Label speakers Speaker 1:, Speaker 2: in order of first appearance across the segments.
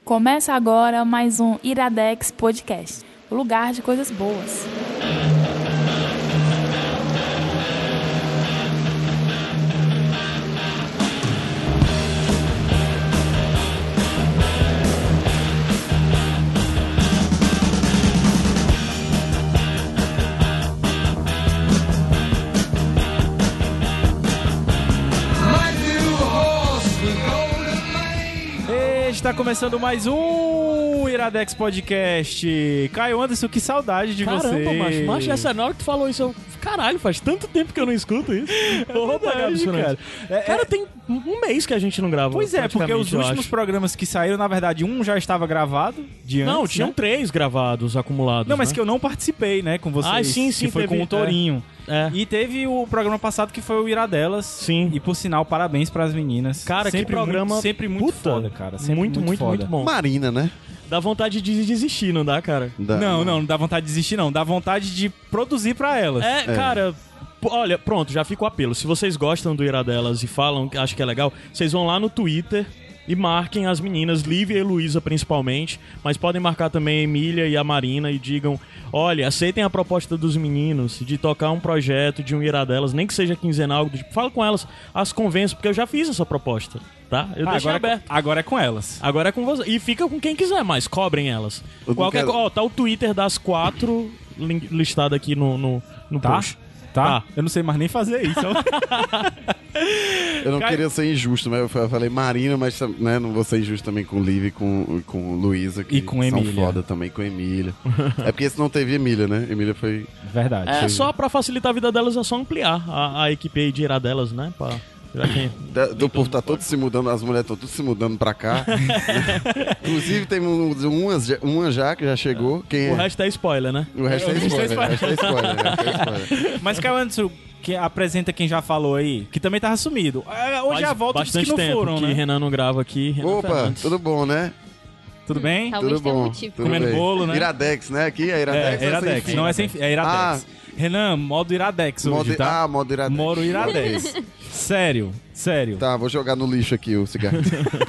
Speaker 1: Começa agora mais um Iradex Podcast, o lugar de coisas boas.
Speaker 2: Está começando mais um Iradex Podcast. Caio Anderson, que saudade de você.
Speaker 3: Caramba, macho, essa na hora que tu falou isso, caralho, faz tanto tempo que eu não escuto isso.
Speaker 2: Porra, cara.
Speaker 3: Cara, tem um mês que a gente não grava.
Speaker 2: Pois é, porque os últimos programas que saíram, na verdade, um já estava gravado de antes.
Speaker 3: Não, tinham 3 gravados acumulados.
Speaker 2: Não, mas que eu não participei, né, com vocês.
Speaker 3: Ah, sim,
Speaker 2: que foi
Speaker 3: teve,
Speaker 2: com o Torinho.
Speaker 3: É.
Speaker 2: E teve o programa passado que foi o Iradelas.
Speaker 3: Sim.
Speaker 2: E por sinal, parabéns pras meninas.
Speaker 3: Cara,
Speaker 2: sempre
Speaker 3: que programa
Speaker 2: sempre muito foda, cara. Sempre
Speaker 3: muito
Speaker 2: foda.
Speaker 3: bom.
Speaker 4: Marina, né?
Speaker 3: Dá vontade de desistir, não dá, cara?
Speaker 2: Não dá vontade de desistir, não. Dá vontade de produzir pra elas.
Speaker 3: Cara... Olha, pronto, já fica o apelo. Se vocês gostam do Iradelas e falam, acham que é legal, vocês vão lá no Twitter e marquem as meninas, Lívia e Heloísa principalmente, mas podem marcar também a Emília e a Marina e digam, olha, aceitem a proposta dos meninos de tocar um projeto de um Iradelas, nem que seja quinzenal, fala com elas, as convençam, porque eu já fiz essa proposta, tá? Eu deixei aberto.
Speaker 2: Agora é com elas.
Speaker 3: Agora é com você. E fica com quem quiser, mas cobrem elas. Tá o Twitter das 4 listado aqui no post.
Speaker 2: Tá? Eu não sei mais nem fazer isso.
Speaker 4: Eu não queria ser injusto, mas eu falei Marina, mas né, não vou ser injusto também com Lívia e com Luísa, que
Speaker 2: e com
Speaker 4: são
Speaker 2: Emília.
Speaker 4: foda também, com Emília. É porque esse não teve Emília, né? Emília foi...
Speaker 2: Verdade.
Speaker 3: Só pra facilitar a vida delas, é só ampliar a equipe aí de Iradelas, né?
Speaker 4: Do povo tá todo se mudando, as mulheres estão tudo se mudando pra cá. Inclusive tem uma já que já chegou.
Speaker 3: O resto é spoiler, né?
Speaker 4: O resto é spoiler.
Speaker 2: Mas Caio Anderson, que apresenta quem já falou aí, que também tava sumido. Hoje a volta dos que não foram,
Speaker 3: que
Speaker 2: né?
Speaker 3: Renan não grava aqui.
Speaker 4: Opa,
Speaker 3: Fernandes.
Speaker 4: tudo bom, né?
Speaker 2: Tudo bem?
Speaker 4: Tudo bom.
Speaker 2: Comendo bolo, né?
Speaker 4: Iradex, né? Aqui é Iradex.
Speaker 2: É Iradex, não é sem fim, é Iradex. Renan, modo Iradex hoje, tá?
Speaker 4: Modo Iradex.
Speaker 2: Moro Iradex. Sério.
Speaker 4: Tá, vou jogar no lixo aqui o cigarro.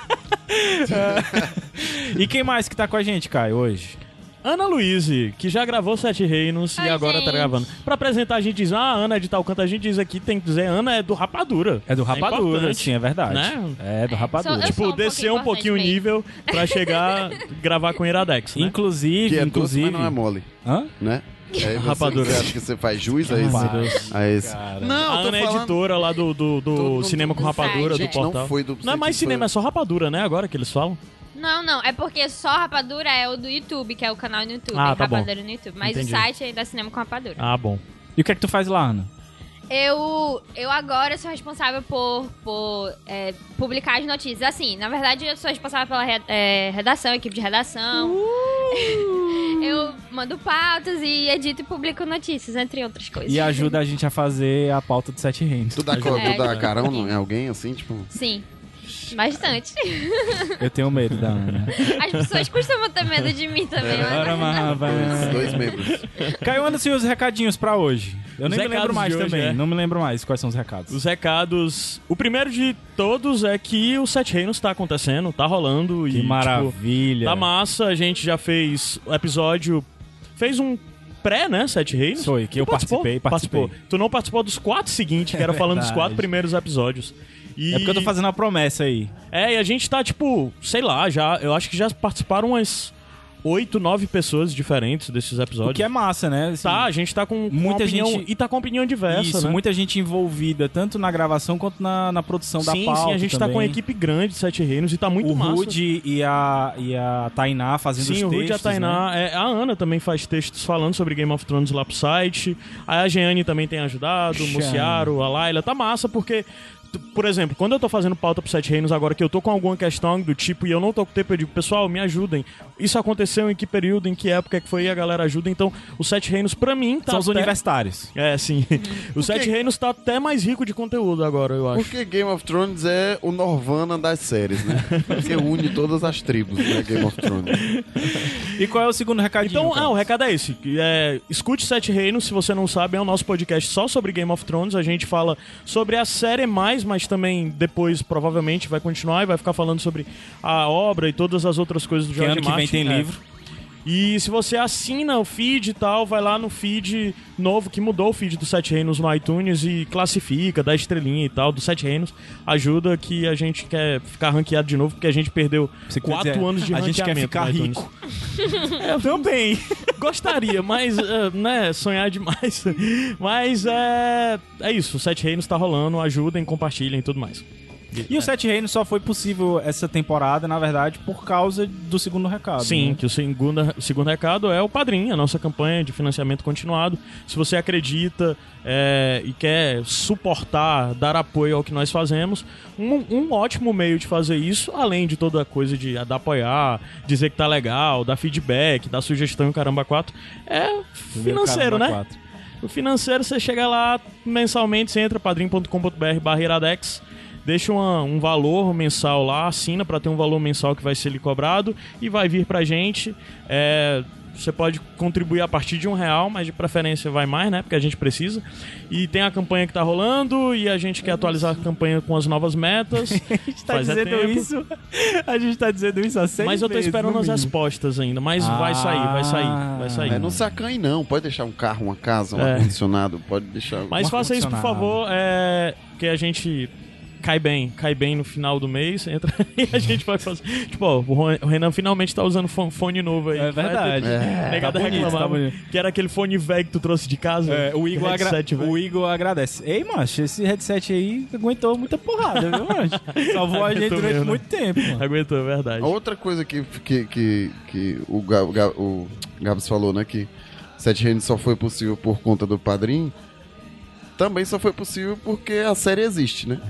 Speaker 2: E quem mais que tá com a gente, Caio, hoje?
Speaker 3: Ana Luíse, que já gravou 7 Reinos e agora tá gravando. Pra apresentar, a gente diz, Ana é de tal canto, a gente diz aqui, tem que dizer, Ana é do Rapadura.
Speaker 2: É do Rapadura, sim, é verdade.
Speaker 3: Né?
Speaker 2: É do Rapadura.
Speaker 3: Tipo, descer um pouquinho o nível pra chegar, gravar com Iradex, né?
Speaker 4: Que é doce, mas não é mole.
Speaker 2: Hã?
Speaker 4: Né? Aí
Speaker 3: Rapadura.
Speaker 4: Você acha que você faz jus a isso?
Speaker 3: Não, a Ana é editora lá do Cinema com Rapadura,
Speaker 4: gente,
Speaker 3: do portal.
Speaker 4: Não
Speaker 3: é mais cinema, é só Rapadura, né? Agora que eles falam.
Speaker 5: Não, é porque só Rapadura é o do YouTube, que é o canal no YouTube.
Speaker 3: Tá
Speaker 5: Rapadura
Speaker 3: bom.
Speaker 5: no YouTube. Mas
Speaker 3: Entendi.
Speaker 5: o site ainda é Cinema com Rapadura.
Speaker 3: Ah, bom.
Speaker 2: E o que é que tu faz lá, Ana?
Speaker 5: Eu agora sou responsável por publicar as notícias. Assim, na verdade, eu sou responsável pela redação, equipe de redação. Eu mando pautas e edito e publico notícias, entre outras coisas.
Speaker 2: E ajuda a gente a fazer a pauta de 7 Reinos.
Speaker 4: Tu dá carão em alguém, assim, tipo...
Speaker 5: Sim. Bastante.
Speaker 2: Eu tenho medo da Ana.
Speaker 5: As pessoas costumam ter medo de mim também.
Speaker 4: Os 2 membros.
Speaker 2: Caio Anderson, e os recadinhos pra hoje? Eu nem me lembro mais
Speaker 3: hoje,
Speaker 2: também. Não me lembro mais quais são os recados.
Speaker 3: Os recados... O primeiro de todos é que o 7 Reinos tá acontecendo, tá rolando.
Speaker 2: Que maravilha.
Speaker 3: Tá massa, a gente já fez o episódio... Fez um pré, né? 7 Reinos.
Speaker 2: Foi, que eu participei.
Speaker 3: Tu não participou dos 4 seguintes, que era falando dos 4 primeiros episódios.
Speaker 2: É porque eu tô fazendo uma promessa aí.
Speaker 3: E a gente tá, tipo, sei lá, eu acho que já participaram umas 8, 9 pessoas diferentes desses episódios.
Speaker 2: O que é massa, né? Assim,
Speaker 3: a gente tá com
Speaker 2: muita
Speaker 3: opinião,
Speaker 2: gente...
Speaker 3: E tá com opinião diversa,
Speaker 2: Isso,
Speaker 3: né?
Speaker 2: muita gente envolvida, tanto na gravação quanto na produção da pauta.
Speaker 3: Sim, a gente
Speaker 2: também.
Speaker 3: tá com uma equipe grande de 7 Reinos e tá muito massa.
Speaker 2: O Rude e a Tainá fazendo os textos.
Speaker 3: Sim, o Rude e a Tainá.
Speaker 2: Né?
Speaker 3: A Ana também faz textos falando sobre Game of Thrones lá pro site. A Jeane também tem ajudado, o Mociaro, a Laila. Tá massa porque... Por exemplo, quando eu tô fazendo pauta pro 7 Reinos agora, que eu tô com alguma questão do tipo e eu não tô com tempo, eu digo, pessoal, me ajudem. Isso aconteceu em que período, em que época que foi, e a galera ajuda. Então, o 7 Reinos, pra mim, tá
Speaker 2: São os universitários.
Speaker 3: Sim. O 7 Reinos tá até mais rico de conteúdo agora, eu acho.
Speaker 4: Porque Game of Thrones é o Norvana das séries, né? Porque une todas as tribos, né? Game of Thrones.
Speaker 2: E qual é o segundo recadinho?
Speaker 3: Então, o recado é esse. Escute 7 Reinos, se você não sabe, é o nosso podcast só sobre Game of Thrones. A gente fala sobre a série mais faz, mas também depois provavelmente vai continuar e vai ficar falando sobre a obra e todas as outras coisas do George Martin.
Speaker 2: Ano que vem tem livro.
Speaker 3: E se você assina o feed e tal, vai lá no feed novo, que mudou o feed do Sete Reinos no iTunes e classifica, dá estrelinha e tal, do Sete Reinos. Ajuda que a gente quer ficar ranqueado de novo, porque a gente perdeu 4 anos de ranqueamento.
Speaker 2: A gente quer ficar rico.
Speaker 3: Eu também. Gostaria, mas, né, sonhar é demais. Mas é isso, o Sete Reinos tá rolando, ajudem, compartilhem e tudo mais.
Speaker 2: E o Sete Reinos só foi possível essa temporada, na verdade, por causa do segundo recado.
Speaker 3: Sim,
Speaker 2: né?
Speaker 3: que o segundo recado é o Padrim, a nossa campanha de financiamento continuado. Se você acredita e quer suportar, dar apoio ao que nós fazemos, um ótimo meio de fazer isso, além de toda a coisa de apoiar, dizer que tá legal, dar feedback, dar sugestão e o Caramba 4, é financeiro, né? 4. O financeiro, você chega lá mensalmente, você entra padrim.com.br/iradex, deixa um valor mensal lá, assina para ter um valor mensal que vai ser lhe cobrado e vai vir pra gente. Você pode contribuir a partir de R$1, mas de preferência vai mais, né? Porque a gente precisa. E tem a campanha que tá rolando e a gente quer atualizar a campanha com as novas metas.
Speaker 2: A gente tá dizendo isso há 6 meses.
Speaker 3: Mas eu tô esperando as respostas ainda. Mas vai sair.
Speaker 4: Não se acanhe não. Pode deixar um carro, uma casa, um ar-condicionado. Pode deixar...
Speaker 3: Mas faça isso, por favor. Que a gente... Cai bem no final do mês, entra e a gente vai fazer. Tipo, ó, o Renan finalmente tá usando fone novo aí.
Speaker 2: É verdade.
Speaker 3: Negada reclamava que era aquele fone velho que tu trouxe de casa.
Speaker 2: O Igor agradece. Ei, macho, esse headset aí aguentou muita porrada, viu, macho? Salvou a gente durante muito tempo, mano.
Speaker 3: Aguentou, é verdade.
Speaker 4: Outra coisa que o Gabs falou, né, que Sete Reinos só foi possível por conta do Padrim, também só foi possível porque a série existe, né?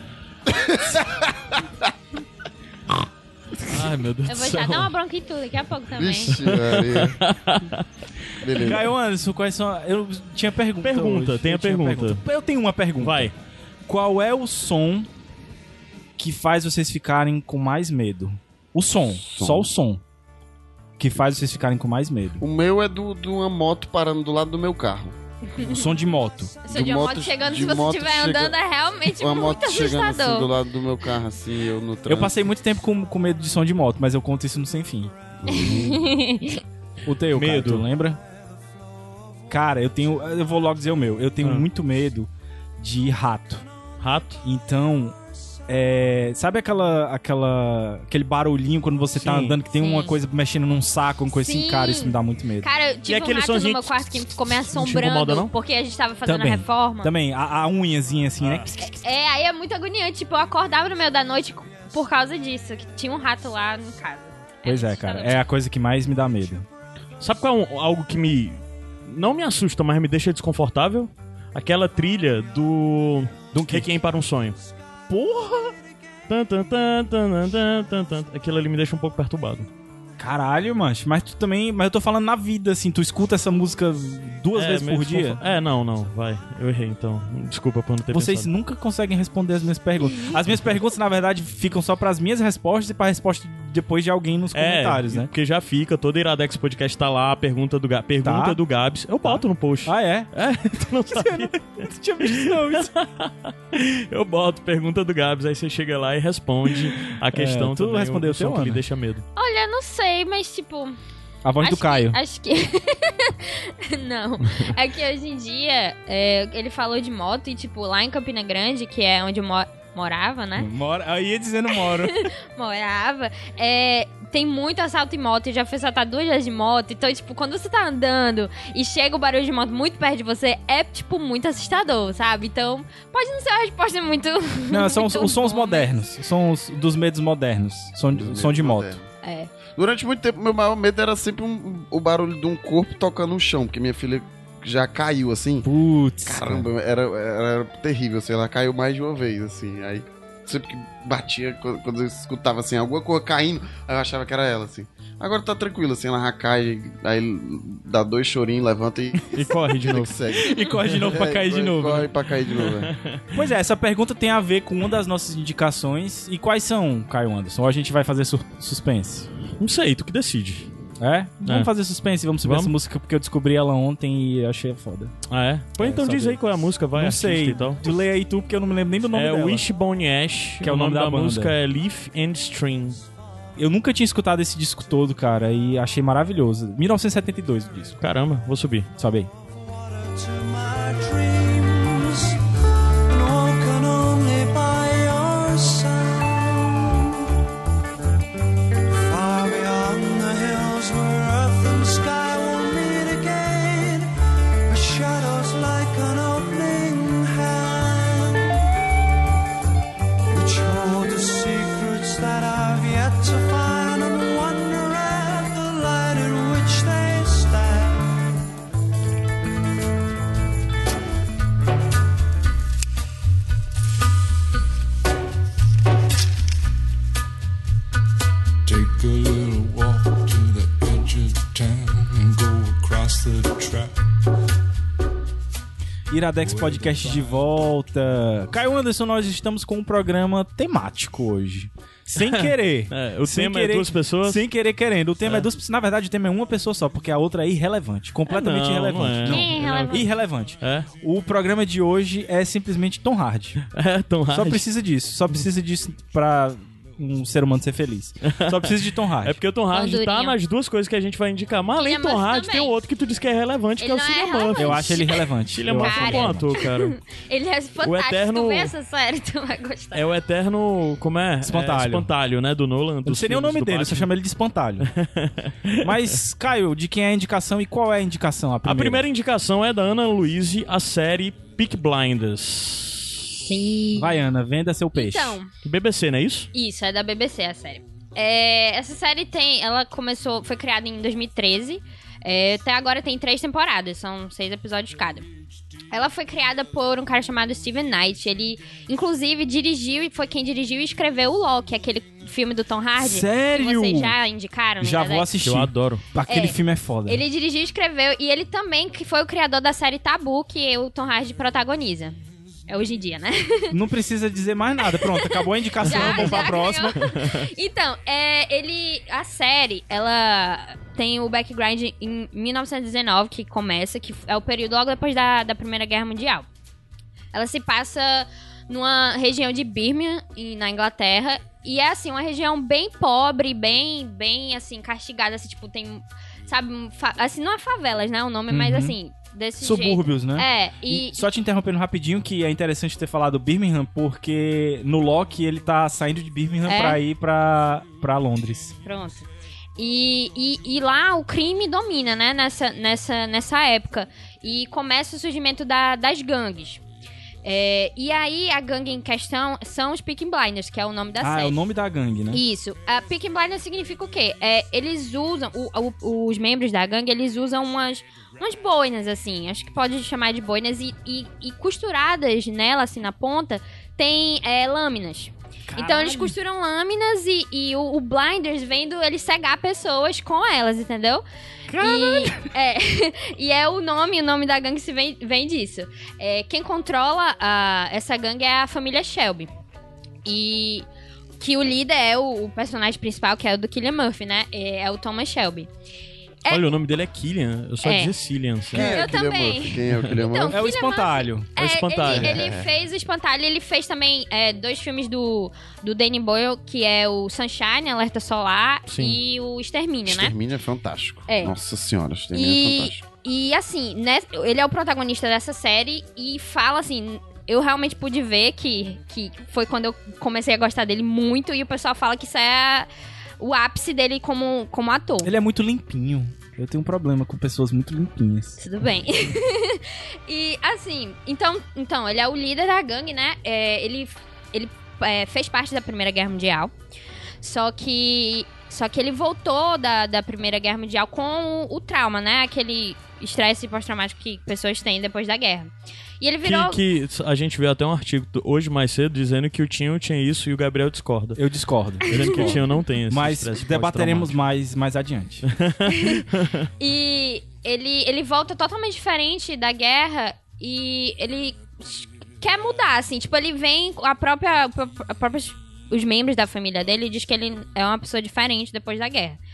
Speaker 3: Ai, meu Deus do céu.
Speaker 5: Eu vou já dar uma bronquitude daqui a pouco também.
Speaker 4: Vixe, Maria. Beleza.
Speaker 2: Caio Anderson, quais são... Eu tinha pergunta.
Speaker 3: Tem a pergunta.
Speaker 2: Eu tenho uma pergunta.
Speaker 3: Vai.
Speaker 2: Qual é o som que faz vocês ficarem com mais medo? O som. Só o som. Que faz vocês ficarem com mais medo.
Speaker 4: O meu é de uma moto parando do lado do meu carro.
Speaker 2: O som de moto.
Speaker 5: O som de uma moto chegando, se você estiver andando, é realmente
Speaker 4: uma
Speaker 5: muito
Speaker 4: moto chegando
Speaker 5: assustador.
Speaker 4: assim, do lado do meu carro, assim, eu no trânsito.
Speaker 2: Eu passei muito tempo com medo de som de moto, mas eu conto isso no Sem Fim. O teu, medo, Caio, tu lembra? Cara, eu vou logo dizer o meu. Eu tenho muito medo de rato.
Speaker 3: Rato?
Speaker 2: Então... sabe aquele barulhinho quando você tá andando que tem uma coisa mexendo num saco, uma coisa assim? Cara, isso me dá muito medo.
Speaker 5: Cara, eu tive um rato no meu quarto que ficou me assombrando porque a gente tava fazendo a reforma.
Speaker 2: Também, a unhazinha assim, né?
Speaker 5: Aí é muito agoniante. Tipo, eu acordava no meio da noite por causa disso, que tinha um rato lá em casa.
Speaker 2: Pois cara. É a coisa que mais me dá medo.
Speaker 3: Sabe qual é algo que não me assusta, mas me deixa desconfortável? Aquela trilha do Requiem para um Sonho. Porra! Aquilo ali me deixa um pouco perturbado.
Speaker 2: Caralho, mancho. Mas tu também... Mas eu tô falando na vida, assim. Tu escuta essa música 2 vezes por dia?
Speaker 3: Não. Vai. Eu errei, então. Desculpa por não ter
Speaker 2: Vocês
Speaker 3: pensado.
Speaker 2: nunca conseguem responder as minhas perguntas. As minhas perguntas, na verdade, ficam só pras minhas respostas e pra resposta depois de alguém nos comentários, né?
Speaker 3: Porque já fica. Todo Iradex Podcast tá lá. Pergunta do Gabs. Eu boto no post.
Speaker 2: Ah, é?
Speaker 3: Tu não sabia.
Speaker 2: Não tinha visto não isso.
Speaker 3: Eu boto pergunta do Gabs. Aí você chega lá e responde a questão.
Speaker 2: Tu respondeu o teu,
Speaker 3: que lhe deixa medo.
Speaker 5: Olha, não sei, mas tipo...
Speaker 2: A voz do Caio.
Speaker 5: Acho que... Não. É que hoje em dia, ele falou de moto e, tipo, lá em Campina Grande, que é onde eu morava, né?
Speaker 2: Eu ia dizendo moro.
Speaker 5: Morava. Tem muito assalto em moto. Eu já fui assaltar 2 vezes de moto. Então, tipo, quando você tá andando e chega o barulho de moto muito perto de você, é, tipo, muito assustador, sabe? Então, pode não ser uma resposta muito...
Speaker 2: Não, são os sons modernos. São os dos medos modernos. Som de moto.
Speaker 4: Durante muito tempo, meu maior medo era sempre o barulho de um corpo tocando no chão, porque minha filha já caiu, assim.
Speaker 2: Putz.
Speaker 4: Caramba, era terrível, assim, ela caiu mais de uma vez, assim. Aí, sempre que batia, quando eu escutava, assim, alguma coisa caindo, aí eu achava que era ela, assim. Agora tá tranquilo, assim, ela já cai, aí dá 2 chorinhos, levanta e
Speaker 3: corre de novo.
Speaker 2: E corre de novo pra cair de novo.
Speaker 4: Corre pra cair de novo,
Speaker 2: Pois é, essa pergunta tem a ver com uma das nossas indicações. E quais são, Caio Anderson? Ou a gente vai fazer suspense?
Speaker 3: Não sei, tu que decide.
Speaker 2: É? Vamos fazer suspense, vamos subir
Speaker 3: Vamos?
Speaker 2: essa música, porque eu descobri ela ontem e achei foda.
Speaker 3: Ah, é? Pô, então diz aí qual é a música, vai.
Speaker 2: Não
Speaker 3: artista
Speaker 2: sei,
Speaker 3: e tal.
Speaker 2: tu lê aí tu, porque eu não me lembro nem do nome
Speaker 3: É
Speaker 2: dela.
Speaker 3: Wishbone Ash,
Speaker 2: Que é o nome da banda.
Speaker 3: música é Leaf and String.
Speaker 2: Eu nunca tinha escutado esse disco todo, cara, e achei maravilhoso. 1972 o disco.
Speaker 3: Caramba, vou subir.
Speaker 2: Sobe aí.
Speaker 6: To my dreams, and woken only by your sound. Far beyond the hills where earth and sky will meet again, the shadows like an opening hand, which hold the secrets that I've yet to find, and wonder at the light in which they stand.
Speaker 7: Take a little walk to the edge of town and go across the track.
Speaker 2: Iradex Podcast de volta. Caio Anderson, nós estamos com um programa temático hoje. Sem querer.
Speaker 3: O tema é duas pessoas?
Speaker 2: Sem querer querendo. O tema é duas pessoas. Na verdade, o tema é uma pessoa só, porque a outra é irrelevante. Completamente
Speaker 3: Não,
Speaker 2: irrelevante.
Speaker 3: não é.
Speaker 5: Quem é irrelevante?
Speaker 2: Irrelevante.
Speaker 3: É?
Speaker 2: O programa de hoje é simplesmente Tom Hardy.
Speaker 3: É, Tom Hardy.
Speaker 2: Só precisa disso. Só precisa disso pra um ser humano ser feliz. Só precisa de Tom Hardy.
Speaker 3: É porque o Tom Hardy tá
Speaker 5: Bandurinha.
Speaker 3: nas duas coisas que a gente vai indicar. Mas além do
Speaker 5: Cillian
Speaker 3: Tom
Speaker 5: Murphy
Speaker 3: Hardy, tem
Speaker 5: também.
Speaker 3: o outro que tu disse que é relevante, que é o
Speaker 5: Ele não é
Speaker 3: Cillian Murphy.
Speaker 5: relevante.
Speaker 2: Eu acho ele relevante.
Speaker 3: Cillian
Speaker 2: Eu
Speaker 3: Murphy
Speaker 2: acho
Speaker 3: é um
Speaker 2: ele
Speaker 3: bom
Speaker 2: relevante.
Speaker 3: ator, cara.
Speaker 5: Ele é fantástico.
Speaker 3: eterno-
Speaker 5: Tu vê essa série, tu vai gostar.
Speaker 3: É o eterno... Como é?
Speaker 2: Espantalho.
Speaker 3: É, espantalho, né? Do Nolan.
Speaker 2: Eu não sei nem o nome dele, eu só chamo ele de espantalho. Mas, Caio, de quem é a indicação e qual é a indicação?
Speaker 3: A primeira indicação é da Ana Louise, a série Peaky Blinders.
Speaker 5: Sim.
Speaker 2: Vai, Ana, venda seu peixe.
Speaker 5: Então,
Speaker 3: BBC, não é isso?
Speaker 5: isso, é da BBC a série. Essa série ela foi criada em 2013. Até agora tem 3 temporadas, são 6 episódios cada. Ela foi criada por um cara chamado Steven Knight. Ele, inclusive, foi quem dirigiu e escreveu o Loki, aquele filme do Tom Hardy.
Speaker 2: Sério?
Speaker 5: Que vocês já indicaram, né?
Speaker 2: Já vou assistir.
Speaker 3: Eu adoro.
Speaker 2: Aquele
Speaker 5: É.
Speaker 2: filme é foda.
Speaker 5: Ele dirigiu e escreveu. E ele também que foi o criador da série Tabu, que o Tom Hardy protagoniza. É hoje em dia, né?
Speaker 2: Não precisa dizer mais nada. Pronto, acabou a indicação, vamos pra próxima.
Speaker 5: ganhou. Então, a série, ela tem o background em 1919, que começa, que é o período logo depois da Primeira Guerra Mundial. Ela se passa numa região de Birmingham, na Inglaterra, e é, assim, uma região bem pobre, bem, assim, castigada, assim, tipo, tem, sabe, assim, não é favelas, né, o nome, mas, assim, desse
Speaker 2: Subúrbios,
Speaker 5: jeito.
Speaker 2: né?
Speaker 5: E
Speaker 2: Só te interrompendo rapidinho, que é interessante ter falado Birmingham, porque no Loki ele tá saindo de Birmingham pra ir pra Londres.
Speaker 5: pronto. E lá o crime domina, né, nessa época. E começa o surgimento das gangues. E aí a gangue em questão são os Peaky Blinders, que é o nome da série.
Speaker 2: É o nome da gangue, né?
Speaker 5: Isso. A Peaky Blinders significa o quê? Eles usam, os membros da gangue, eles usam umas boinas, assim, acho que pode chamar de boinas, e costuradas nela, assim, na ponta, tem lâminas.
Speaker 2: Caralho.
Speaker 5: Então eles costuram lâminas e o Blinders vendo eles cegar pessoas com elas, entendeu? E é o nome da gangue vem disso. Quem controla essa gangue é a família Shelby. E que o líder é o personagem principal, que é o do Cillian Murphy, né? É o Thomas Shelby.
Speaker 3: Olha, o nome dele é Killian. Eu só dizia Cillian.
Speaker 4: Quem é
Speaker 5: Eu
Speaker 4: o Cillian
Speaker 5: também.
Speaker 4: Murphy? Quem é o Cillian
Speaker 5: Então,
Speaker 4: Murphy?
Speaker 2: É o
Speaker 5: Cillian
Speaker 2: espantalho.
Speaker 3: É o espantalho.
Speaker 5: Ele fez o espantalho, ele fez também 2 filmes do Danny Boyle, que é o Sunshine, Alerta Solar,
Speaker 3: Sim.
Speaker 5: e o Extermínio, né?
Speaker 4: Extermínio é fantástico.
Speaker 5: É.
Speaker 4: Nossa senhora, Extermínio é fantástico.
Speaker 5: E assim, né, ele é o protagonista dessa série e fala assim... Eu realmente pude ver que foi quando eu comecei a gostar dele muito, e o pessoal fala que isso é o ápice dele como ator.
Speaker 2: Ele é muito limpinho. Eu tenho um problema com pessoas muito limpinhas.
Speaker 5: Tudo bem. E assim, então, ele é o líder da gangue, né? Ele fez parte da Primeira Guerra Mundial. Só que ele voltou da Primeira Guerra Mundial com o trauma, né? Aquele estresse pós-traumático que pessoas têm depois da guerra. E ele virou...
Speaker 3: Que a gente viu até um artigo hoje mais cedo dizendo que o Tinho tinha isso e o Gabriel discorda.
Speaker 2: Eu discordo.
Speaker 3: Dizendo que o Tinho não tem esse
Speaker 2: Mas
Speaker 3: estresse
Speaker 2: debateremos
Speaker 3: pós-traumático.
Speaker 2: mais adiante.
Speaker 5: E ele volta totalmente diferente da guerra e ele quer mudar, assim. Tipo, ele vem... Os membros da família dele diz que ele é uma pessoa diferente depois da guerra.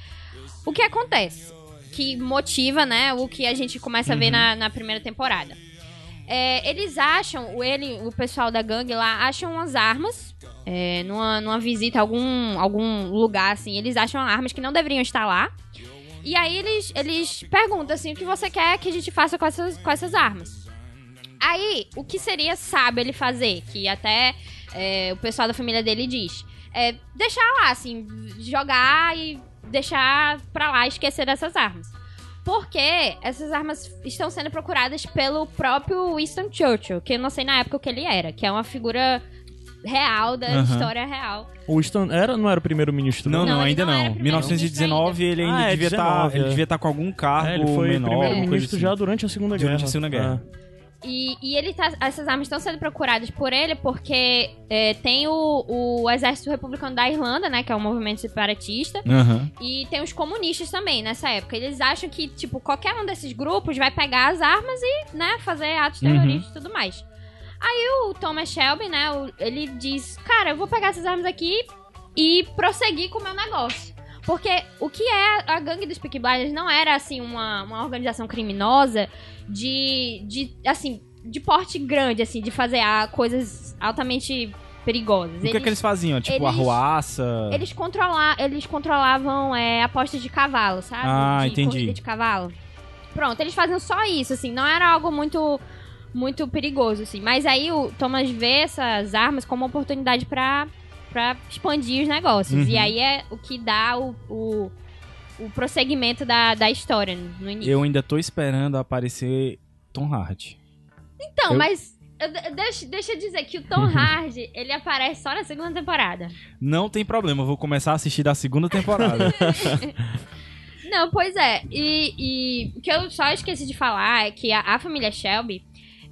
Speaker 5: O que acontece? Que motiva, né, o que a gente começa a ver na primeira temporada. Eles acham, o pessoal da gangue lá, acham umas armas, numa visita a algum lugar, assim, eles acham armas que não deveriam estar lá. E aí eles perguntam, assim, o que você quer que a gente faça com essas armas? Aí, o que seria sábio ele fazer, que até o pessoal da família dele diz, deixar lá, assim, jogar e deixar pra lá, esquecer dessas armas. Porque essas armas estão sendo procuradas pelo próprio Winston Churchill, que eu não sei na época o que ele era, que é uma figura real da história real.
Speaker 3: O Winston não era o primeiro-ministro?
Speaker 2: Não,
Speaker 5: Não, ele
Speaker 2: ainda
Speaker 5: não era
Speaker 2: não.
Speaker 5: primeiro-ministro
Speaker 2: 1919 ele ainda
Speaker 3: Ah,
Speaker 2: devia
Speaker 3: 19,
Speaker 2: ele devia estar com algum cargo
Speaker 3: Ele foi
Speaker 2: menor.
Speaker 3: primeiro-ministro
Speaker 2: coisa
Speaker 3: já
Speaker 2: assim.
Speaker 3: durante a Segunda Guerra.
Speaker 2: Durante a Segunda Guerra.
Speaker 5: E essas armas estão sendo procuradas por ele porque tem o Exército Republicano da Irlanda, né, que é um movimento separatista,
Speaker 2: Aham.
Speaker 5: e tem os comunistas também nessa época. Eles acham que, tipo, qualquer um desses grupos vai pegar as armas e, né, fazer atos terroristas e tudo mais. Aí o Thomas Shelby, né, ele diz, cara, eu vou pegar essas armas aqui e prosseguir com o meu negócio. Porque o que é a gangue dos Peaky Blinders não era, assim, uma organização criminosa de porte grande, assim, de fazer coisas altamente perigosas.
Speaker 2: O que é que eles faziam? Tipo,
Speaker 5: eles-
Speaker 2: arruaça?
Speaker 5: Eles controlavam apostas de cavalo, sabe?
Speaker 2: Ah,
Speaker 5: de
Speaker 2: entendi.
Speaker 5: corrida de cavalo. Pronto, eles faziam só isso, assim, não era algo muito, muito perigoso, assim. Mas aí o Thomas vê essas armas como uma oportunidade pra expandir os negócios.
Speaker 2: Uhum.
Speaker 5: E aí é o que dá o prosseguimento da história no início.
Speaker 2: Eu ainda tô esperando aparecer Tom Hardy.
Speaker 5: Então,
Speaker 2: eu-
Speaker 5: mas deixa eu dizer que o Tom Hardy, ele aparece só na segunda temporada.
Speaker 2: Não tem problema, eu vou começar a assistir da segunda temporada.
Speaker 5: Não, pois é. E o que eu só esqueci de falar é que a família Shelby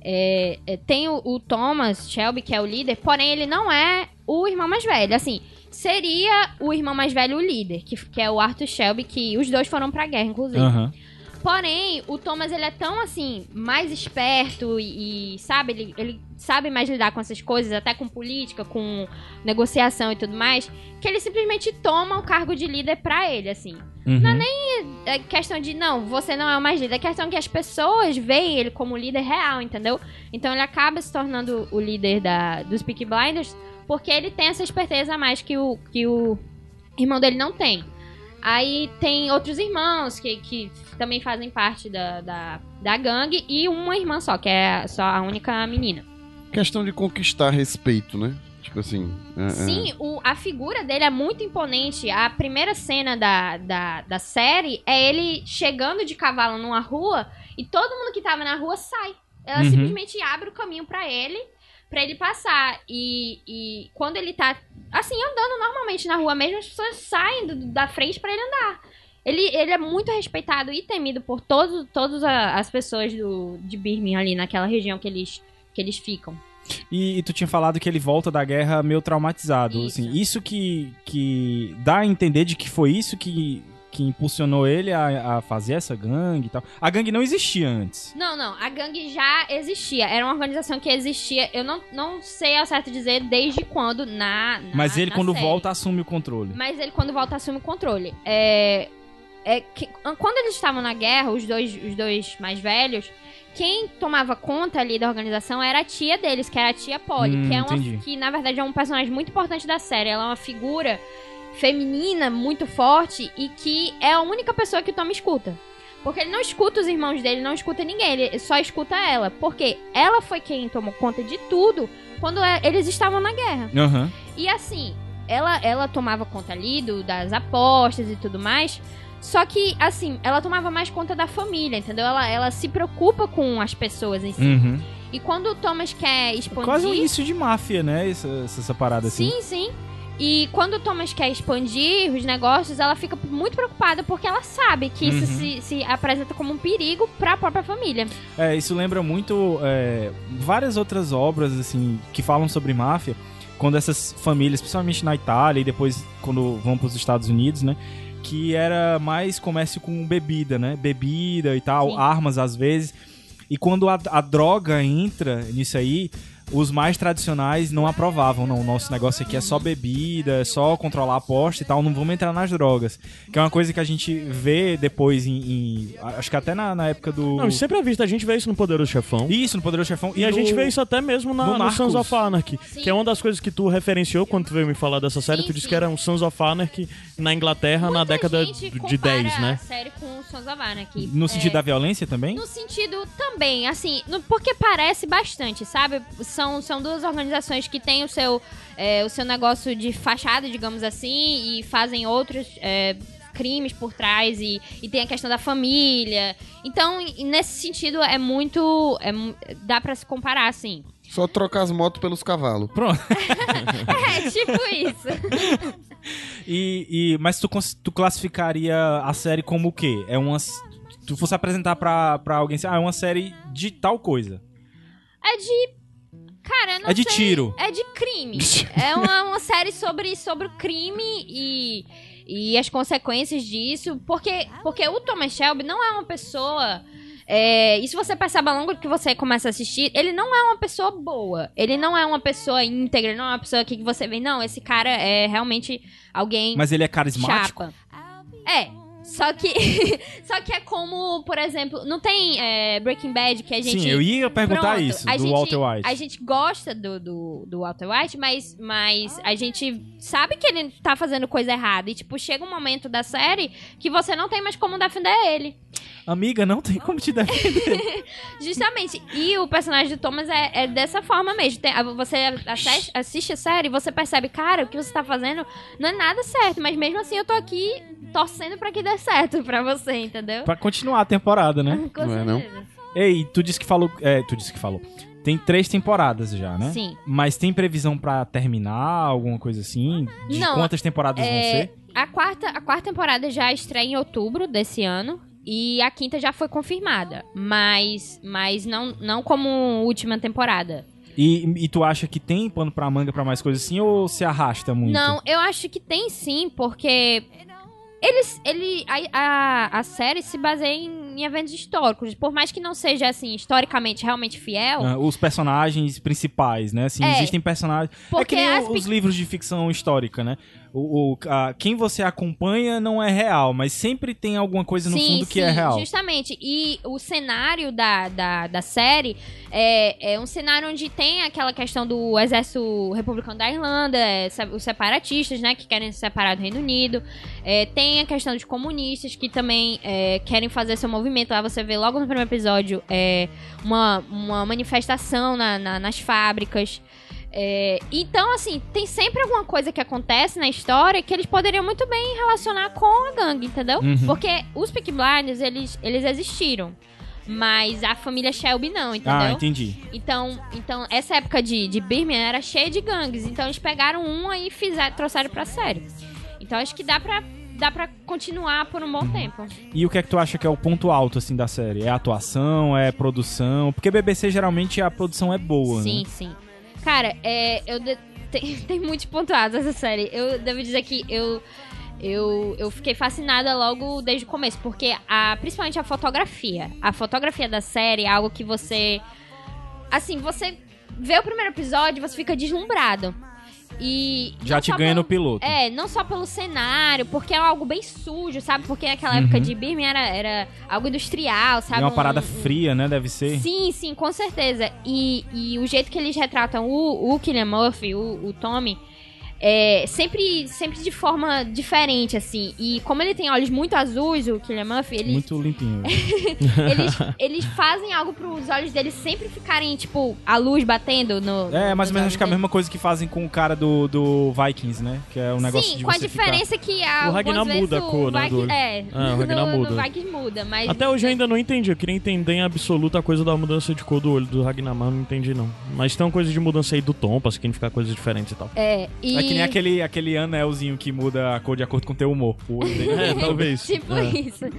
Speaker 5: tem o Thomas Shelby, que é o líder, porém ele não é o irmão mais velho. Assim, seria o irmão mais velho o líder, que é o Arthur Shelby, que os dois foram pra guerra, inclusive.
Speaker 2: Aham.
Speaker 5: Porém, o Thomas, ele é tão, assim, mais esperto e sabe, ele sabe mais lidar com essas coisas, até com política, com negociação e tudo mais, que ele simplesmente toma o cargo de líder pra ele, assim.
Speaker 2: Uhum.
Speaker 5: Não é nem questão de, não, você não é o mais líder, é questão que as pessoas veem ele como líder real, entendeu? Então ele acaba se tornando o líder dos Peaky Blinders porque ele tem essa esperteza a mais que o irmão dele não tem. Aí tem outros irmãos que também fazem parte da gangue e uma irmã só, que é só a única menina.
Speaker 4: Questão de conquistar respeito, né? Tipo assim.
Speaker 5: Sim, a figura dele é muito imponente. A primeira cena da série é ele chegando de cavalo numa rua e todo mundo que tava na rua sai. Ela simplesmente abre o caminho pra ele passar. E quando ele tá, assim, andando normalmente na rua mesmo, as pessoas saem da frente pra ele andar. Ele é muito respeitado e temido por todas as pessoas de Birmingham ali naquela região que eles ficam.
Speaker 2: E tu tinha falado que ele volta da guerra meio traumatizado.
Speaker 5: Isso.
Speaker 2: Assim, isso que dá a entender de que foi isso que impulsionou ele a fazer essa gangue e tal. A gangue não existia antes.
Speaker 5: Não, a gangue já existia. Era uma organização que existia. Eu não sei ao certo dizer desde quando
Speaker 2: Mas ele,
Speaker 5: na
Speaker 2: quando
Speaker 5: série.
Speaker 2: volta, assume o controle.
Speaker 5: Mas ele, quando volta, assume o controle. Quando eles estavam na guerra, os dois mais velhos, quem tomava conta ali da organização era a tia deles, que era a tia Polly,
Speaker 2: Entendi.
Speaker 5: que na verdade é um personagem muito importante da série. Ela é uma figura feminina muito forte e que é a única pessoa que o Tom escuta. Porque ele não escuta os irmãos dele, não escuta ninguém, ele só escuta ela. Porque ela foi quem tomou conta de tudo quando eles estavam na guerra.
Speaker 2: Aham.
Speaker 5: E assim, ela tomava conta ali das apostas e tudo mais. Só que, assim, ela tomava mais conta da família, entendeu? Ela se preocupa com as pessoas em si.
Speaker 2: Uhum.
Speaker 5: E quando o Thomas quer expandir...
Speaker 2: Quase um início de máfia, né? Essa parada assim.
Speaker 5: Sim. E quando o Thomas quer expandir os negócios, ela fica muito preocupada porque ela sabe que isso se apresenta como um perigo pra própria família.
Speaker 2: Isso lembra muito várias outras obras, assim, que falam sobre máfia. Quando essas famílias, principalmente na Itália e depois quando vão pros Estados Unidos, né? Que era mais comércio com bebida, né? Bebida e tal,
Speaker 5: Sim.
Speaker 2: armas às vezes. E quando a droga entra nisso aí, os mais tradicionais não aprovavam. Não, o nosso negócio aqui é só bebida, é só controlar a aposta e tal, não vamos entrar nas drogas. Que é uma coisa que a gente vê depois acho que até na época do...
Speaker 3: Não, isso sempre é visto. A gente vê isso no Poderoso Chefão.
Speaker 2: Isso, no Poderoso Chefão.
Speaker 3: E a gente vê isso até mesmo no Sons of Anarchy,
Speaker 5: Sim.
Speaker 3: que é uma das coisas que tu referenciou quando tu veio me falar dessa série.
Speaker 5: Sim,
Speaker 3: Tu disse
Speaker 5: sim.
Speaker 3: que era um Sons of Anarchy na Inglaterra na década de 10, né?
Speaker 5: A série com Sons of Anarchy.
Speaker 2: No sentido da violência também?
Speaker 5: No sentido também, assim, porque parece bastante, sabe? São duas organizações que têm o seu negócio de fachada, digamos assim, e fazem outros crimes por trás, e tem a questão da família. Então, nesse sentido, dá pra se comparar, assim.
Speaker 4: Só trocar as motos pelos cavalos.
Speaker 2: Pronto.
Speaker 5: É, tipo isso.
Speaker 2: Mas tu classificaria a série como o quê? Tu fosse apresentar pra alguém assim, é uma série de tal coisa.
Speaker 5: Cara, não
Speaker 2: É de
Speaker 5: sei,
Speaker 2: tiro.
Speaker 5: É de crime. É uma série sobre o crime e as consequências disso. Porque o Thomas Shelby não é uma pessoa... e se você percebe ao longo que você começa a assistir, ele não é uma pessoa boa. Ele não é uma pessoa íntegra, não é uma pessoa que você vê... Não, esse cara é realmente alguém...
Speaker 2: Mas ele é carismático?
Speaker 5: Chapa. Só que é como, por exemplo, não tem Breaking Bad que a gente...
Speaker 2: Sim, eu ia perguntar
Speaker 5: Pronto,
Speaker 2: isso, do Walter White.
Speaker 5: A gente gosta do Walter White, mas a gente sabe que ele tá fazendo coisa errada. E, tipo, chega um momento da série que você não tem mais como defender ele.
Speaker 2: Amiga, não tem como te defender.
Speaker 5: Justamente. E o personagem do Thomas é dessa forma mesmo. Você assiste a série e você percebe, cara, o que você tá fazendo não é nada certo. Mas mesmo assim eu tô aqui torcendo pra que dê certo pra você, entendeu?
Speaker 2: Pra continuar a temporada, né?
Speaker 5: Com
Speaker 4: Não é, não?
Speaker 5: certeza.
Speaker 2: Ei, tu disse que falou... tu disse que falou. Tem 3 temporadas já, né?
Speaker 5: Sim.
Speaker 2: Mas tem previsão pra terminar, alguma coisa assim? De
Speaker 5: Não,
Speaker 2: quantas temporadas vão ser?
Speaker 5: A quarta temporada já estreia em outubro desse ano. E a quinta já foi confirmada. Mas não como última temporada.
Speaker 2: E tu acha que tem pano pra manga pra mais coisas assim ou se arrasta muito?
Speaker 5: Não, eu acho que tem sim, porque a série se baseia em eventos históricos. Por mais que não seja, assim, historicamente realmente fiel.
Speaker 2: Os personagens principais, né? Assim, existem personagens... É
Speaker 5: Porque
Speaker 2: que nem os livros de ficção histórica, né? Quem você acompanha não é real, mas sempre tem alguma coisa no fundo que é real.
Speaker 5: Justamente. E o cenário da série é um cenário onde tem aquela questão do exército republicano da Irlanda, os separatistas, né, que querem se separar do Reino Unido. Tem a questão dos comunistas, que também querem fazer seu movimento. Lá você vê logo no primeiro episódio uma manifestação nas fábricas. Então, assim, tem sempre alguma coisa que acontece na história que eles poderiam muito bem relacionar com a gangue, entendeu?
Speaker 2: Uhum.
Speaker 5: Porque os Peaky Blinders, eles existiram. Mas a família Shelby não, entendeu?
Speaker 2: Ah, entendi.
Speaker 5: Então essa época de Birmingham era cheia de gangues. Então eles pegaram uma e trouxeram pra série. Então acho que dá pra continuar por um bom tempo.
Speaker 2: E o que é que tu acha que é o ponto alto, assim, da série? É a atuação? É a produção? Porque BBC, geralmente, a produção é boa,
Speaker 5: Sim,
Speaker 2: né?
Speaker 5: sim. Cara, tem muitos pontuados essa série. Eu devo dizer que eu fiquei fascinada logo desde o começo, porque principalmente a fotografia da série é algo que você... Assim, você vê o primeiro episódio e você fica deslumbrado. E
Speaker 2: Já te ganha no piloto.
Speaker 5: não só pelo cenário, porque é algo bem sujo, sabe? Porque naquela época de Birmingham era algo industrial, sabe?
Speaker 2: E uma parada fria, né? Deve ser.
Speaker 5: Sim, com certeza. E o jeito que eles retratam o Cillian Murphy, o Tommy, sempre de forma diferente, assim. E como ele tem olhos muito azuis, o Cillian Murphy,
Speaker 2: Muito limpinho.
Speaker 5: eles fazem algo pros olhos dele sempre ficarem, tipo, a luz batendo no...
Speaker 2: Mais ou menos acho que é a
Speaker 5: mesma.
Speaker 2: mesma coisa que fazem com o cara do Vikings, né? Que é um negócio
Speaker 5: Sim,
Speaker 2: de
Speaker 5: com a
Speaker 2: você
Speaker 5: diferença que
Speaker 3: O Ragnar muda a cor, né, do olho. O Ragnar muda.
Speaker 5: No Vikings muda, mas...
Speaker 3: Até hoje eu ainda não entendi. Eu queria entender em absoluto a coisa da mudança de cor do olho do Ragnar, mas não entendi, não. Mas tem uma coisa de mudança aí do tom, pra significar coisas diferentes e tal.
Speaker 2: É que nem aquele anelzinho que muda a cor de acordo com o teu humor. O olho dele.
Speaker 3: Talvez.
Speaker 5: Tipo isso.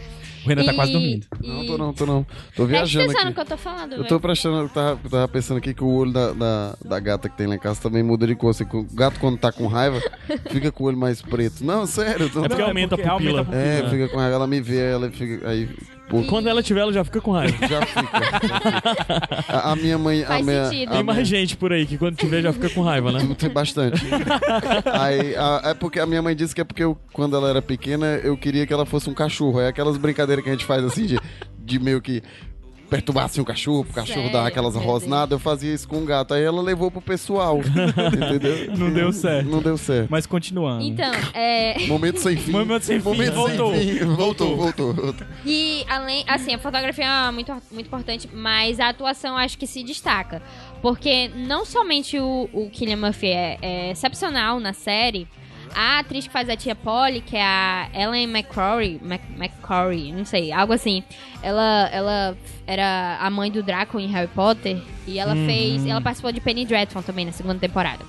Speaker 2: O Renan tá quase dormindo.
Speaker 4: Não, tô não. Tô viajando
Speaker 5: Presta atenção no
Speaker 4: aqui.
Speaker 5: que eu tô falando,
Speaker 4: Eu
Speaker 5: velho.
Speaker 4: tô prestando, tava pensando aqui que o olho da gata que tem lá em casa também muda de cor. Assim, o gato, quando tá com raiva, fica com o olho mais preto. Não, sério. Eu tô...
Speaker 3: É porque aumenta a pupila.
Speaker 4: Fica com raiva, ela me vê, ela fica. Aí, pô,
Speaker 3: Quando ela tiver, ela já fica com raiva.
Speaker 4: já fica. A minha mãe.
Speaker 5: Faz sentido.
Speaker 3: Tem mais gente por aí que quando tiver já fica com raiva, né?
Speaker 4: Tem bastante. Aí, é porque a minha mãe disse que é porque quando ela era pequena, eu queria que ela fosse um cachorro. É aquelas brincadeiras que a gente faz assim, de meio que perturbar assim o cachorro, pro cachorro
Speaker 5: Sério?
Speaker 4: dar aquelas
Speaker 5: Meu
Speaker 4: rosnadas. Eu fazia isso com o gato. Aí ela levou pro pessoal. Entendeu?
Speaker 2: Não deu certo.
Speaker 4: Não deu certo.
Speaker 2: Mas continuando.
Speaker 5: Então,
Speaker 4: Momento sem fim.
Speaker 2: Momento sem fim.
Speaker 4: Momento
Speaker 2: Voltou.
Speaker 4: sem fim. Voltou.
Speaker 5: e além, assim, a fotografia é muito, muito importante, mas a atuação acho que se destaca. Porque não somente o Cillian Murphy é excepcional na série, a atriz que faz a tia Polly, que é a Ellen McCrory, não sei, algo assim. Ela era a mãe do Draco em Harry Potter e ela participou de Penny Dreadful também na segunda temporada.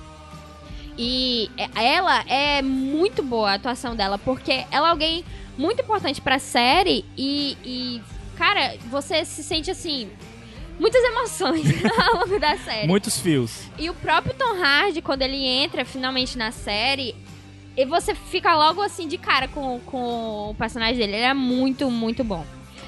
Speaker 5: E ela é muito boa a atuação dela, porque ela é alguém muito importante pra série e cara, você se sente assim, muitas emoções ao longo da série.
Speaker 2: Muitos fios.
Speaker 5: E o próprio Tom Hardy, quando ele entra finalmente na série, e você fica logo assim de cara com o personagem dele. Ele é muito, muito bom.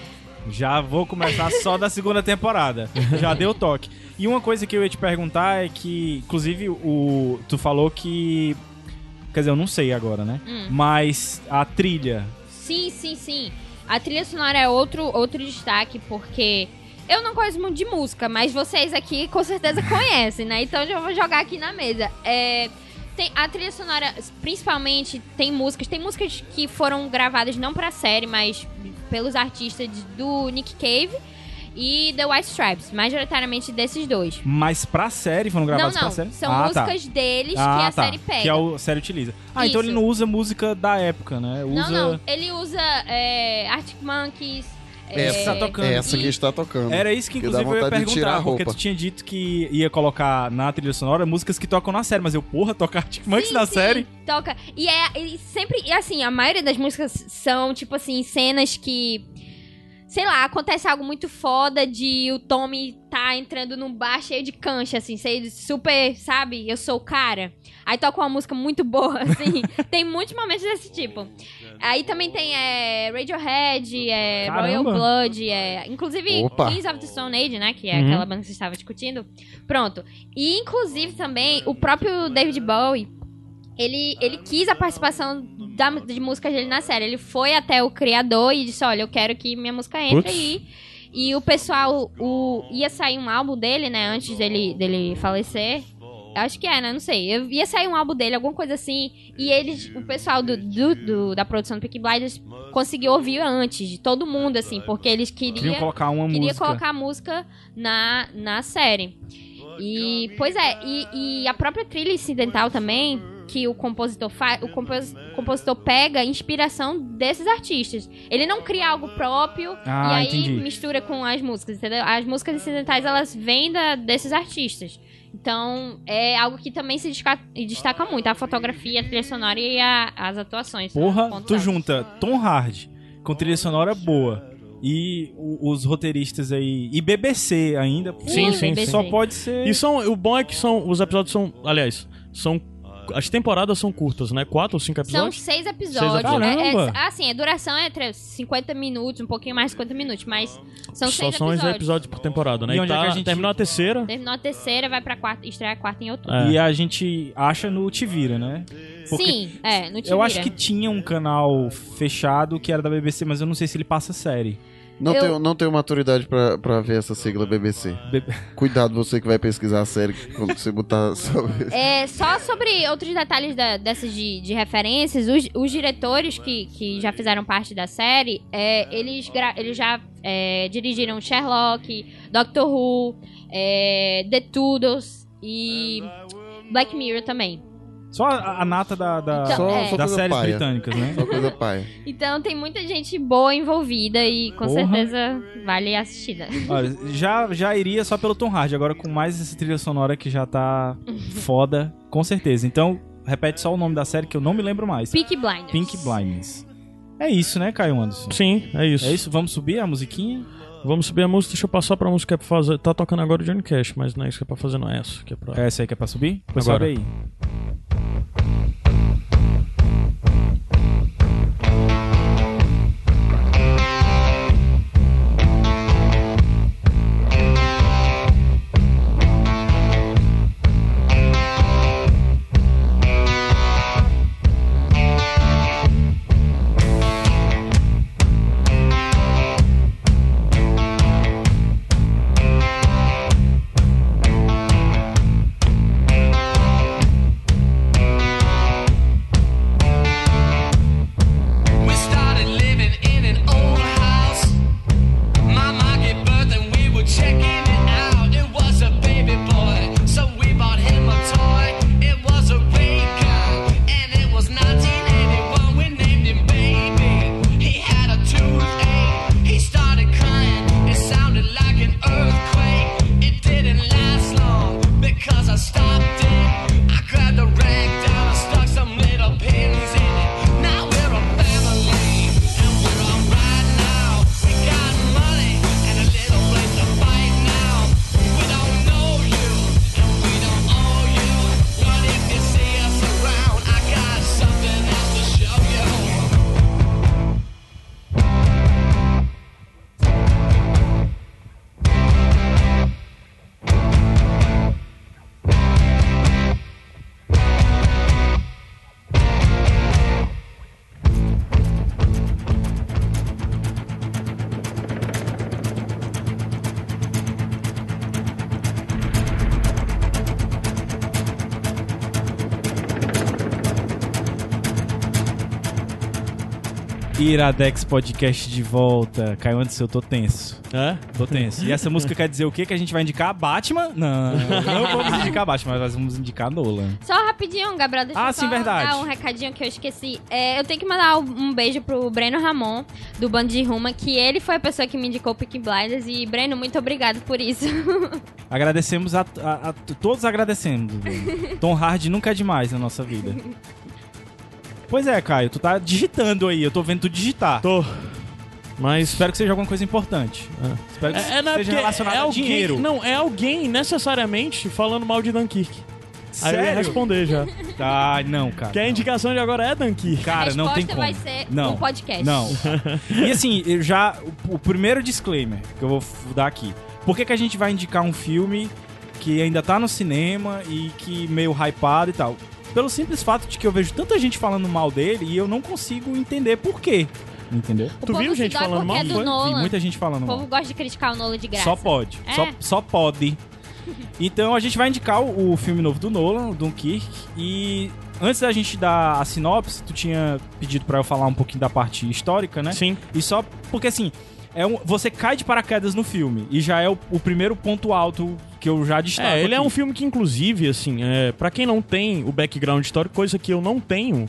Speaker 2: Já vou começar só da segunda temporada. Já deu toque. E uma coisa que eu ia te perguntar é que, inclusive, tu falou que... Quer dizer, eu não sei agora, né? Mas a trilha...
Speaker 5: Sim. A trilha sonora é outro destaque, porque... Eu não conheço muito de música, mas vocês aqui com certeza conhecem, né? Então eu vou jogar aqui na mesa. Tem a trilha sonora, principalmente, tem músicas que foram gravadas não pra série, mas pelos artistas do Nick Cave e The White Stripes, majoritariamente desses dois.
Speaker 2: Mas pra série, foram gravados pra série?
Speaker 5: São músicas deles que a série pega.
Speaker 2: Que a série utiliza. Então
Speaker 5: Isso.
Speaker 2: ele não usa música da época, né?
Speaker 5: Não, ele usa Arctic Monkeys...
Speaker 2: Essa tá tocando.
Speaker 4: Essa que está tocando.
Speaker 2: Era isso que,
Speaker 4: dá
Speaker 2: inclusive, eu ia
Speaker 4: vontade de tirar a
Speaker 2: perguntar, porque
Speaker 4: roupa.
Speaker 2: tu tinha dito que ia colocar na trilha sonora músicas que tocam na série, mas tocar Arctic Monkeys na série?
Speaker 5: Toca. E sempre, e assim, a maioria das músicas são, tipo assim, cenas que... Sei lá, acontece algo muito foda de o Tommy tá entrando num bar cheio de cancha, assim, super, sabe? Eu sou o cara. Aí toca uma música muito boa, assim. Tem muitos momentos desse tipo. Aí também tem Radiohead, Royal Blood, inclusive
Speaker 4: Opa.
Speaker 5: Kings of the Stone Age, né? Que é aquela banda que você estava discutindo. Pronto. E inclusive também o próprio David Bowie, ele quis a participação de músicas dele na série. Ele foi até o criador e disse, olha, eu quero que minha música entre aí. E o pessoal, ia sair um álbum dele, né, antes dele falecer. Eu acho que né, não sei. Ia sair um álbum dele, alguma coisa assim. E o pessoal da produção do Peaky Blinders conseguiu ouvir antes de todo mundo, assim, porque eles queriam
Speaker 2: colocar uma
Speaker 5: música.
Speaker 2: música.
Speaker 5: Colocar a música na série. E, pois e a própria trilha incidental também, que o compositor faz, o compositor pega inspiração desses artistas. Ele não cria algo próprio e aí
Speaker 2: entendi.
Speaker 5: mistura com as músicas, entendeu? As músicas incidentais, elas vêm desses artistas. Então, é algo que também se destaca muito. A fotografia, a trilha sonora e as atuações.
Speaker 2: Porra,
Speaker 5: Pontos
Speaker 2: tu
Speaker 5: altos.
Speaker 2: junta Tom Hardy com trilha sonora boa e os roteiristas aí, e BBC ainda.
Speaker 3: Sim,
Speaker 5: BBC.
Speaker 2: Só pode ser...
Speaker 3: E o bom é que os episódios são, aliás, as temporadas são curtas, né? 4 ou 5
Speaker 5: São
Speaker 3: episódios?
Speaker 5: 6 episódios.
Speaker 2: Caramba!
Speaker 5: Assim, a duração é entre 50 minutos, um pouquinho mais de 50 minutos, mas são 6
Speaker 3: Só
Speaker 5: episódios.
Speaker 3: são 6 episódios por temporada, né?
Speaker 2: E onde é que a gente-
Speaker 3: Terminou a terceira.
Speaker 5: Terminou a terceira, vai pra quarta, estreia a quarta em outubro.
Speaker 3: É.
Speaker 2: E a gente acha no Tivira, né? Porque
Speaker 5: Sim, no Tivira.
Speaker 2: eu acho que tinha um canal fechado que era da BBC, mas eu não sei se ele passa série.
Speaker 4: Não tenho maturidade pra ver essa sigla BBC. Cuidado você que vai pesquisar a série quando você botar
Speaker 5: Só sobre outros detalhes dessas de referências, os diretores que já fizeram parte da série, eles já dirigiram Sherlock, Doctor Who, The Tudors e Black Mirror também.
Speaker 2: Só a nata
Speaker 5: Então,
Speaker 4: Só
Speaker 2: das
Speaker 4: coisa
Speaker 2: séries
Speaker 4: paia.
Speaker 2: britânicas, né?
Speaker 4: Só coisa paia.
Speaker 5: Então tem muita gente boa envolvida e com
Speaker 2: Porra.
Speaker 5: certeza vale a assistida.
Speaker 2: Olha, já iria só pelo Tom Hardy, agora com mais essa trilha sonora que já tá foda, com certeza. Então, repete só o nome da série que eu não me lembro mais.
Speaker 5: Peaky Blinders.
Speaker 2: Peaky Blinders. É isso, né, Caio Anderson?
Speaker 3: Sim, é isso.
Speaker 2: É isso? Vamos subir a musiquinha?
Speaker 3: Vamos subir a música, deixa eu passar pra música que é pra fazer. Tá tocando agora o Johnny Cash, mas não é isso que é pra fazer, não é essa. Que é pra...
Speaker 2: É essa aí que é pra subir? Pois
Speaker 3: Agora.
Speaker 2: sobe aí.
Speaker 6: We started living in an old house. My mom gave birth and we were checking it out. It was a baby boy, so we bought him a toy. It was a ray gun, and it was 1981. We named him Baby. He had a toothache. He started crying. It sounded like an earthquake. It didn't last long because I stopped it. I grabbed a rag down and stuck some little pins in it. Now we're a family, and we're alright now. We got money and a little place to fight now. We don't know you, and we don't owe you. But if you see us around, I got something else to show you.
Speaker 2: Iradex Podcast de volta. Caio Anderson, eu tô tenso.
Speaker 3: É?
Speaker 2: Tô tenso. E essa música quer dizer o quê? Que a gente vai indicar Batman? Não, não vamos indicar Batman, mas nós vamos indicar Nolan.
Speaker 5: Só rapidinho, Gabriel, deixa
Speaker 2: Ah,
Speaker 5: eu
Speaker 2: sim,
Speaker 5: só
Speaker 2: verdade.
Speaker 5: dar um recadinho que eu esqueci. Eu tenho que mandar um beijo pro Breno Ramon, do Bando de Ruma, que ele foi a pessoa que me indicou o Peaky Blinders. E, Breno, muito obrigado por isso.
Speaker 2: Agradecemos todos agradecemos. Tom Hardy nunca é demais na nossa vida. Pois é, Caio, tu tá digitando aí, eu tô vendo tu digitar.
Speaker 3: Tô. Mas.
Speaker 2: Espero que seja alguma coisa importante. Espero que
Speaker 3: não,
Speaker 2: seja
Speaker 3: porque
Speaker 2: relacionado
Speaker 3: é
Speaker 2: a
Speaker 3: alguém,
Speaker 2: dinheiro.
Speaker 3: Não, é alguém necessariamente falando mal de Dunkirk. Aí eu ia
Speaker 2: Sério?
Speaker 3: responder já.
Speaker 2: Ai, não, cara.
Speaker 3: Que a
Speaker 2: não.
Speaker 3: indicação de agora é Dunkirk.
Speaker 2: Cara,
Speaker 5: A
Speaker 2: não tem
Speaker 5: resposta
Speaker 2: como.
Speaker 5: vai ser
Speaker 2: não.
Speaker 5: um podcast.
Speaker 2: Não. E assim, eu já o primeiro disclaimer que eu vou dar aqui. Por que a gente vai indicar um filme que ainda tá no cinema e que meio hypado e tal? Pelo simples fato de que eu vejo tanta gente falando mal dele e eu não consigo entender por quê. Entendeu?
Speaker 5: O
Speaker 3: Tu
Speaker 5: povo
Speaker 3: viu
Speaker 5: se
Speaker 3: gente
Speaker 5: dói
Speaker 3: falando
Speaker 5: porque
Speaker 3: mal,
Speaker 5: é do
Speaker 3: foi?
Speaker 2: Vi
Speaker 5: Nolan.
Speaker 2: muita gente falando
Speaker 5: O
Speaker 2: mal.
Speaker 5: povo gosta de criticar o Nolan de graça.
Speaker 2: Só pode.
Speaker 5: É.
Speaker 2: Só pode. Então a gente vai indicar o filme novo do Nolan, o Dunkirk. E antes da gente dar a sinopse, tu tinha pedido pra eu falar um pouquinho da parte histórica, né?
Speaker 3: Sim.
Speaker 2: E só porque assim, você cai de paraquedas no filme. E já é o primeiro ponto alto que eu já destaco.
Speaker 3: Ele é
Speaker 2: aqui.
Speaker 3: um filme que, inclusive, assim, pra quem não tem o background histórico, coisa que eu não tenho,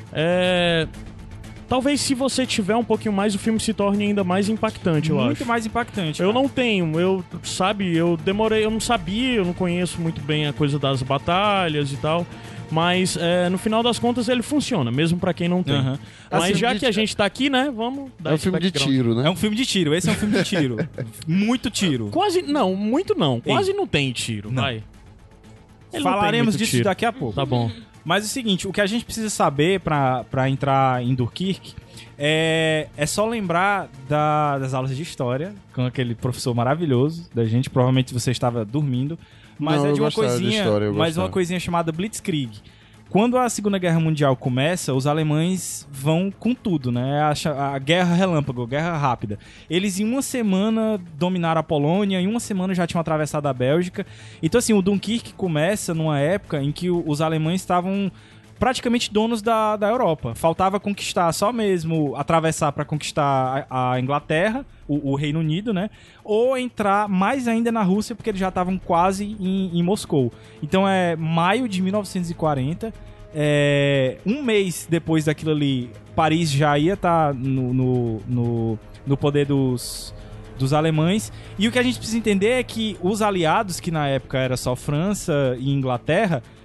Speaker 3: talvez se você tiver um pouquinho mais, o filme se torne ainda mais impactante, eu
Speaker 2: muito
Speaker 3: acho.
Speaker 2: mais impactante.
Speaker 3: Eu
Speaker 2: cara.
Speaker 3: não tenho, eu demorei, eu não sabia, eu não conheço muito bem a coisa das batalhas e tal, mas no final das contas ele funciona, mesmo pra quem não tem.
Speaker 2: Aham.
Speaker 3: Mas
Speaker 4: Assim,
Speaker 3: já
Speaker 4: de-
Speaker 3: que a gente tá aqui, né, vamos dar
Speaker 4: É um
Speaker 3: esse
Speaker 4: filme de
Speaker 3: background.
Speaker 4: tiro, né?
Speaker 2: É um filme de tiro. Esse é um filme de tiro. Muito tiro.
Speaker 3: Quase, não, muito não,
Speaker 2: Ei.
Speaker 3: quase não tem tiro,
Speaker 2: Não.
Speaker 3: vai. Ele não tem
Speaker 2: Falaremos
Speaker 3: muito
Speaker 2: disso
Speaker 3: tiro.
Speaker 2: daqui a pouco.
Speaker 3: Tá bom.
Speaker 2: Mas é o seguinte, o que a gente precisa saber pra entrar em Dunkirk é só lembrar das aulas de história com aquele professor maravilhoso da gente. Provavelmente você estava dormindo. Mas
Speaker 4: Não,
Speaker 2: é de
Speaker 4: eu
Speaker 2: uma
Speaker 4: gostava de
Speaker 2: coisinha,
Speaker 4: história, eu
Speaker 2: mas
Speaker 4: gostava.
Speaker 2: uma coisinha chamada Blitzkrieg. Quando a Segunda Guerra Mundial começa, os alemães vão com tudo, né? A guerra relâmpago, guerra rápida. Eles em uma semana dominaram a Polônia, em uma semana já tinham atravessado a Bélgica. Então assim, o Dunkirk começa numa época em que os alemães estavam praticamente donos da Europa. Faltava conquistar só mesmo, atravessar para conquistar a Inglaterra, o Reino Unido, né? Ou entrar mais ainda na Rússia, porque eles já estavam quase em Moscou. Então é maio de 1940. Um mês depois daquilo ali, Paris já ia estar no poder dos alemães. E o que a gente precisa entender é que os aliados, que na época era só França e Inglaterra,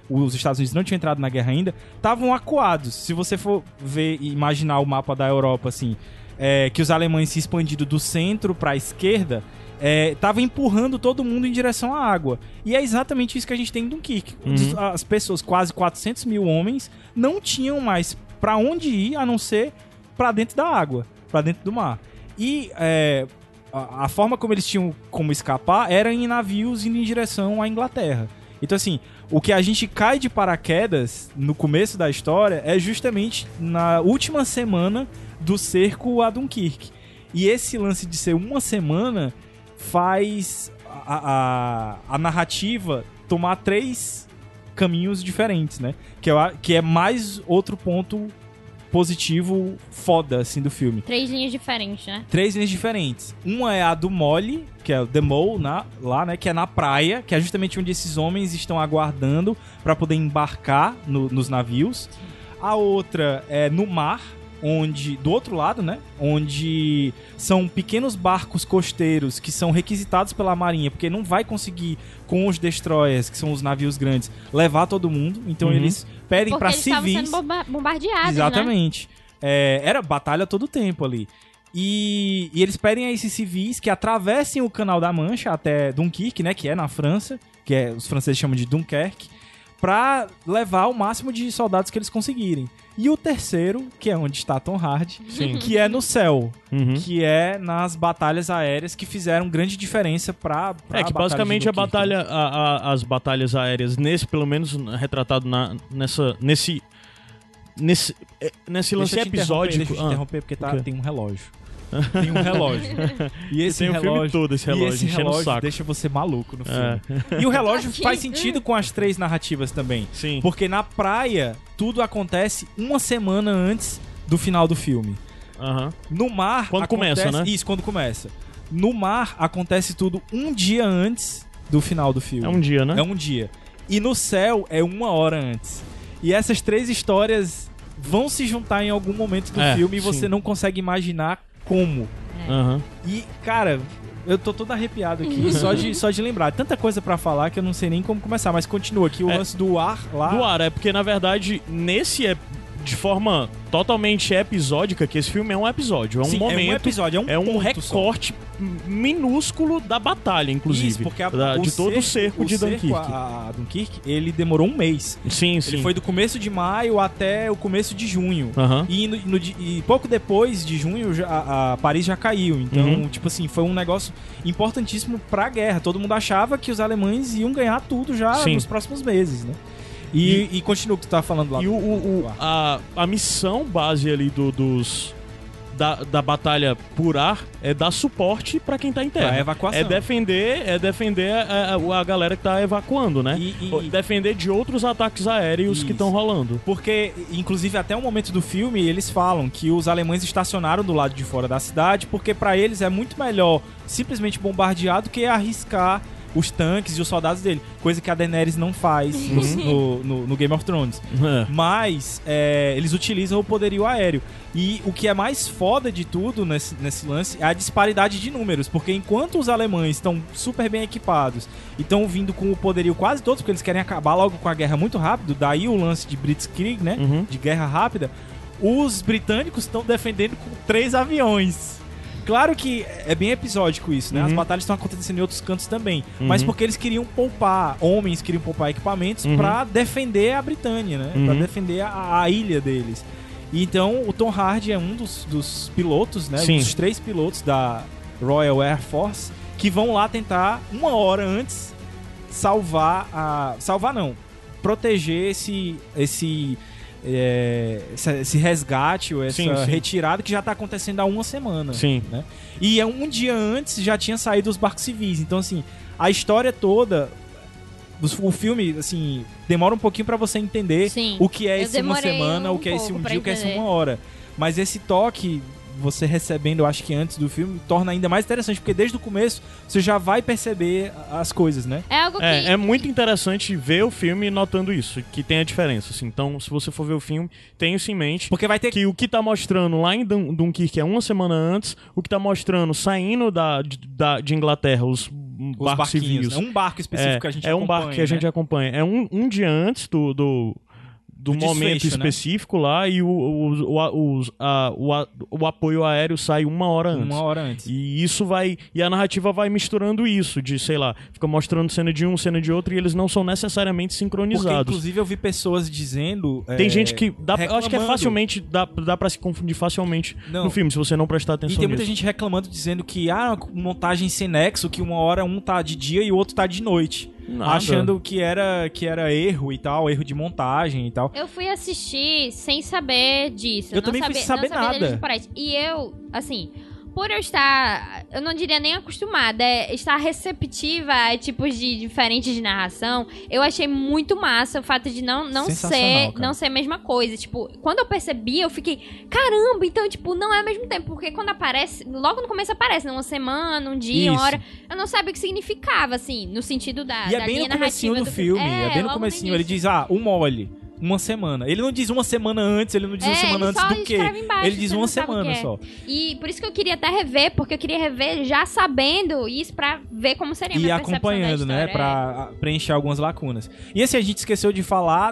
Speaker 2: os Estados Unidos não tinham entrado na guerra ainda, estavam acuados. Se você for ver e imaginar o mapa da Europa, assim, que os alemães se expandindo do centro para a esquerda, tava empurrando todo mundo em direção à água. E é exatamente isso que a gente tem em Dunkirk. As pessoas, quase 400 mil homens, não tinham mais para onde ir, a não ser para dentro da água, para dentro do mar. E a forma como eles tinham como escapar era em navios indo em direção à Inglaterra. Então, assim, o que a gente cai de paraquedas no começo da história é justamente na última semana do cerco a Dunkirk. E esse lance de ser uma semana faz a narrativa tomar 3 caminhos diferentes, né? Que é mais outro ponto positivo foda, assim, do filme.
Speaker 5: 3 linhas diferentes, né?
Speaker 2: 3 linhas diferentes. Uma é a do Mole, que é o The Mole, lá, né? Que é na praia, que é justamente onde esses homens estão aguardando pra poder embarcar nos navios. A outra é no mar, do outro lado, né? Onde são pequenos barcos costeiros que são requisitados pela marinha, porque não vai conseguir, com os destroyers, que são os navios grandes, levar todo mundo. Então eles pedem para civis.
Speaker 5: Porque eles estavam sendo bombardeados,
Speaker 2: exatamente. Né? Era batalha todo o tempo ali. E eles pedem a esses civis que atravessem o Canal da Mancha até Dunkirk, né? Que é na França, os franceses chamam de Dunkerque, pra levar o máximo de soldados que eles conseguirem. E o terceiro, que é onde está Tom Hardy, que é no céu, que é nas batalhas aéreas que fizeram grande diferença pra
Speaker 3: que basicamente as batalhas aéreas, pelo menos retratado nesse lance episódico.
Speaker 2: Deixa eu te interromper porque tem um relógio. Tem um relógio. E esse
Speaker 3: tem
Speaker 2: relógio,
Speaker 3: filme todo, esse relógio
Speaker 2: deixa você maluco no filme. E o relógio faz sentido com as 3 narrativas também.
Speaker 3: Sim.
Speaker 2: Porque na praia, tudo acontece uma semana antes do final do filme. No mar...
Speaker 3: Quando começa, né?
Speaker 2: Isso, quando começa. No mar, acontece tudo um dia antes do final do filme.
Speaker 3: É um dia, né?
Speaker 2: É um dia. E no céu, é 1 hora antes. E essas 3 histórias vão se juntar em algum momento do filme e você não consegue imaginar como. E, cara, eu tô todo arrepiado aqui só de lembrar. Tanta coisa pra falar que eu não sei nem como começar. Mas continua aqui o lance do ar lá.
Speaker 3: Do ar, porque na verdade, de forma totalmente episódica, que esse filme é um episódio. É um momento.
Speaker 2: É um episódio,
Speaker 3: é um recorte minúsculo da batalha, inclusive.
Speaker 2: Isso, porque
Speaker 3: de todo o cerco de Dunkirk.
Speaker 2: A Dunkirk, ele demorou 1 mês.
Speaker 3: Sim.
Speaker 2: Ele foi do começo de maio até o começo de junho. E pouco depois de junho, a Paris já caiu. Então, tipo assim, foi um negócio importantíssimo pra guerra. Todo mundo achava que os alemães iam ganhar tudo já nos próximos meses, né? E continua o que tu tava falando lá.
Speaker 3: E a missão base ali da batalha por ar é dar suporte pra quem tá em terra.
Speaker 2: A evacuação.
Speaker 3: É defender a galera que tá evacuando, né? Defender de outros ataques aéreos que estão rolando.
Speaker 2: Porque, inclusive, até o momento do filme, eles falam que os alemães estacionaram do lado de fora da cidade porque pra eles é muito melhor simplesmente bombardear do que arriscar os tanques e os soldados dele. Coisa que a Daenerys não faz no Game of Thrones. Mas eles utilizam o poderio aéreo. E o que é mais foda de tudo nesse lance é a disparidade de números. Porque enquanto os alemães estão super bem equipados e estão vindo com o poderio quase todos, porque eles querem acabar logo com a guerra muito rápido, daí o lance de Blitzkrieg, né? De guerra rápida. Os britânicos estão defendendo com 3 aviões. Claro que é bem episódico isso, né? As batalhas estão acontecendo em outros cantos também. Mas porque eles queriam poupar homens, queriam poupar equipamentos pra defender a Britânia, né? Pra defender a ilha deles. E então o Tom Hardy é um dos pilotos, né? Dos 3 pilotos da Royal Air Force que vão lá tentar 1 hora antes proteger esse resgate ou essa retirada que já tá acontecendo há 1 semana. Né? E um dia antes já tinha saído os barcos civis. Então, assim, a história toda, o filme, assim, demora um pouquinho pra você entender o que é esse 1 semana, o que é esse um dia, o que é esse 1 hora. Mas esse toque, você recebendo, eu acho que antes do filme, torna ainda mais interessante, porque desde o começo você já vai perceber as coisas, né?
Speaker 5: É algo que...
Speaker 3: É muito interessante ver o filme notando isso, que tem a diferença, assim. Então, se você for ver o filme, tenha isso em mente.
Speaker 2: Porque vai ter
Speaker 3: que o que tá mostrando lá em Dunkirk é 1 semana antes, o que tá mostrando saindo de Inglaterra, os barcos civis.
Speaker 2: Né? Um barco específico que a gente acompanha.
Speaker 3: É um barco que a gente acompanha. É um dia antes do momento
Speaker 2: desfecho,
Speaker 3: específico, né? Lá, e o apoio aéreo sai 1 hora antes.
Speaker 2: 1 hora antes.
Speaker 3: E isso vai. E a narrativa vai misturando isso, de, sei lá, fica mostrando cena de um, cena de outro, e eles não são necessariamente sincronizados.
Speaker 2: Porque, inclusive, eu vi pessoas dizendo.
Speaker 3: Tem gente que. Eu acho que é
Speaker 2: reclamando.
Speaker 3: facilmente. Dá pra se confundir facilmente
Speaker 2: Não.
Speaker 3: no filme, se você não prestar atenção
Speaker 2: E tem
Speaker 3: nisso.
Speaker 2: muita gente reclamando, dizendo que montagem sem nexo, que 1 hora um tá de dia e o outro tá de noite.
Speaker 3: Nada.
Speaker 2: Achando que era erro e tal, erro de montagem e tal.
Speaker 5: Eu fui assistir sem saber disso.
Speaker 2: Eu também fui sem saber nada.
Speaker 5: E eu, assim, por eu estar, eu não diria nem acostumada, estar receptiva a tipos diferentes de narração, eu achei muito massa o fato de não ser a mesma coisa. Tipo, quando eu percebi, eu fiquei, caramba, então, tipo, não é ao mesmo tempo. Porque quando aparece, logo no começo aparece, né, uma semana, um dia, uma hora, eu não sabia o que significava, assim, no sentido da
Speaker 2: E é bem no comecinho do filme, é bem no comecinho. Ele diz, o mole. 1 semana. Ele não diz 1 semana antes, ele não diz 1 semana antes do quê? Ele diz 1 semana só.
Speaker 5: E por isso que eu queria até rever, porque eu queria rever já sabendo isso pra ver como seria a minha percepção da história.
Speaker 2: E acompanhando, né? Pra preencher algumas lacunas. E assim, a gente esqueceu de falar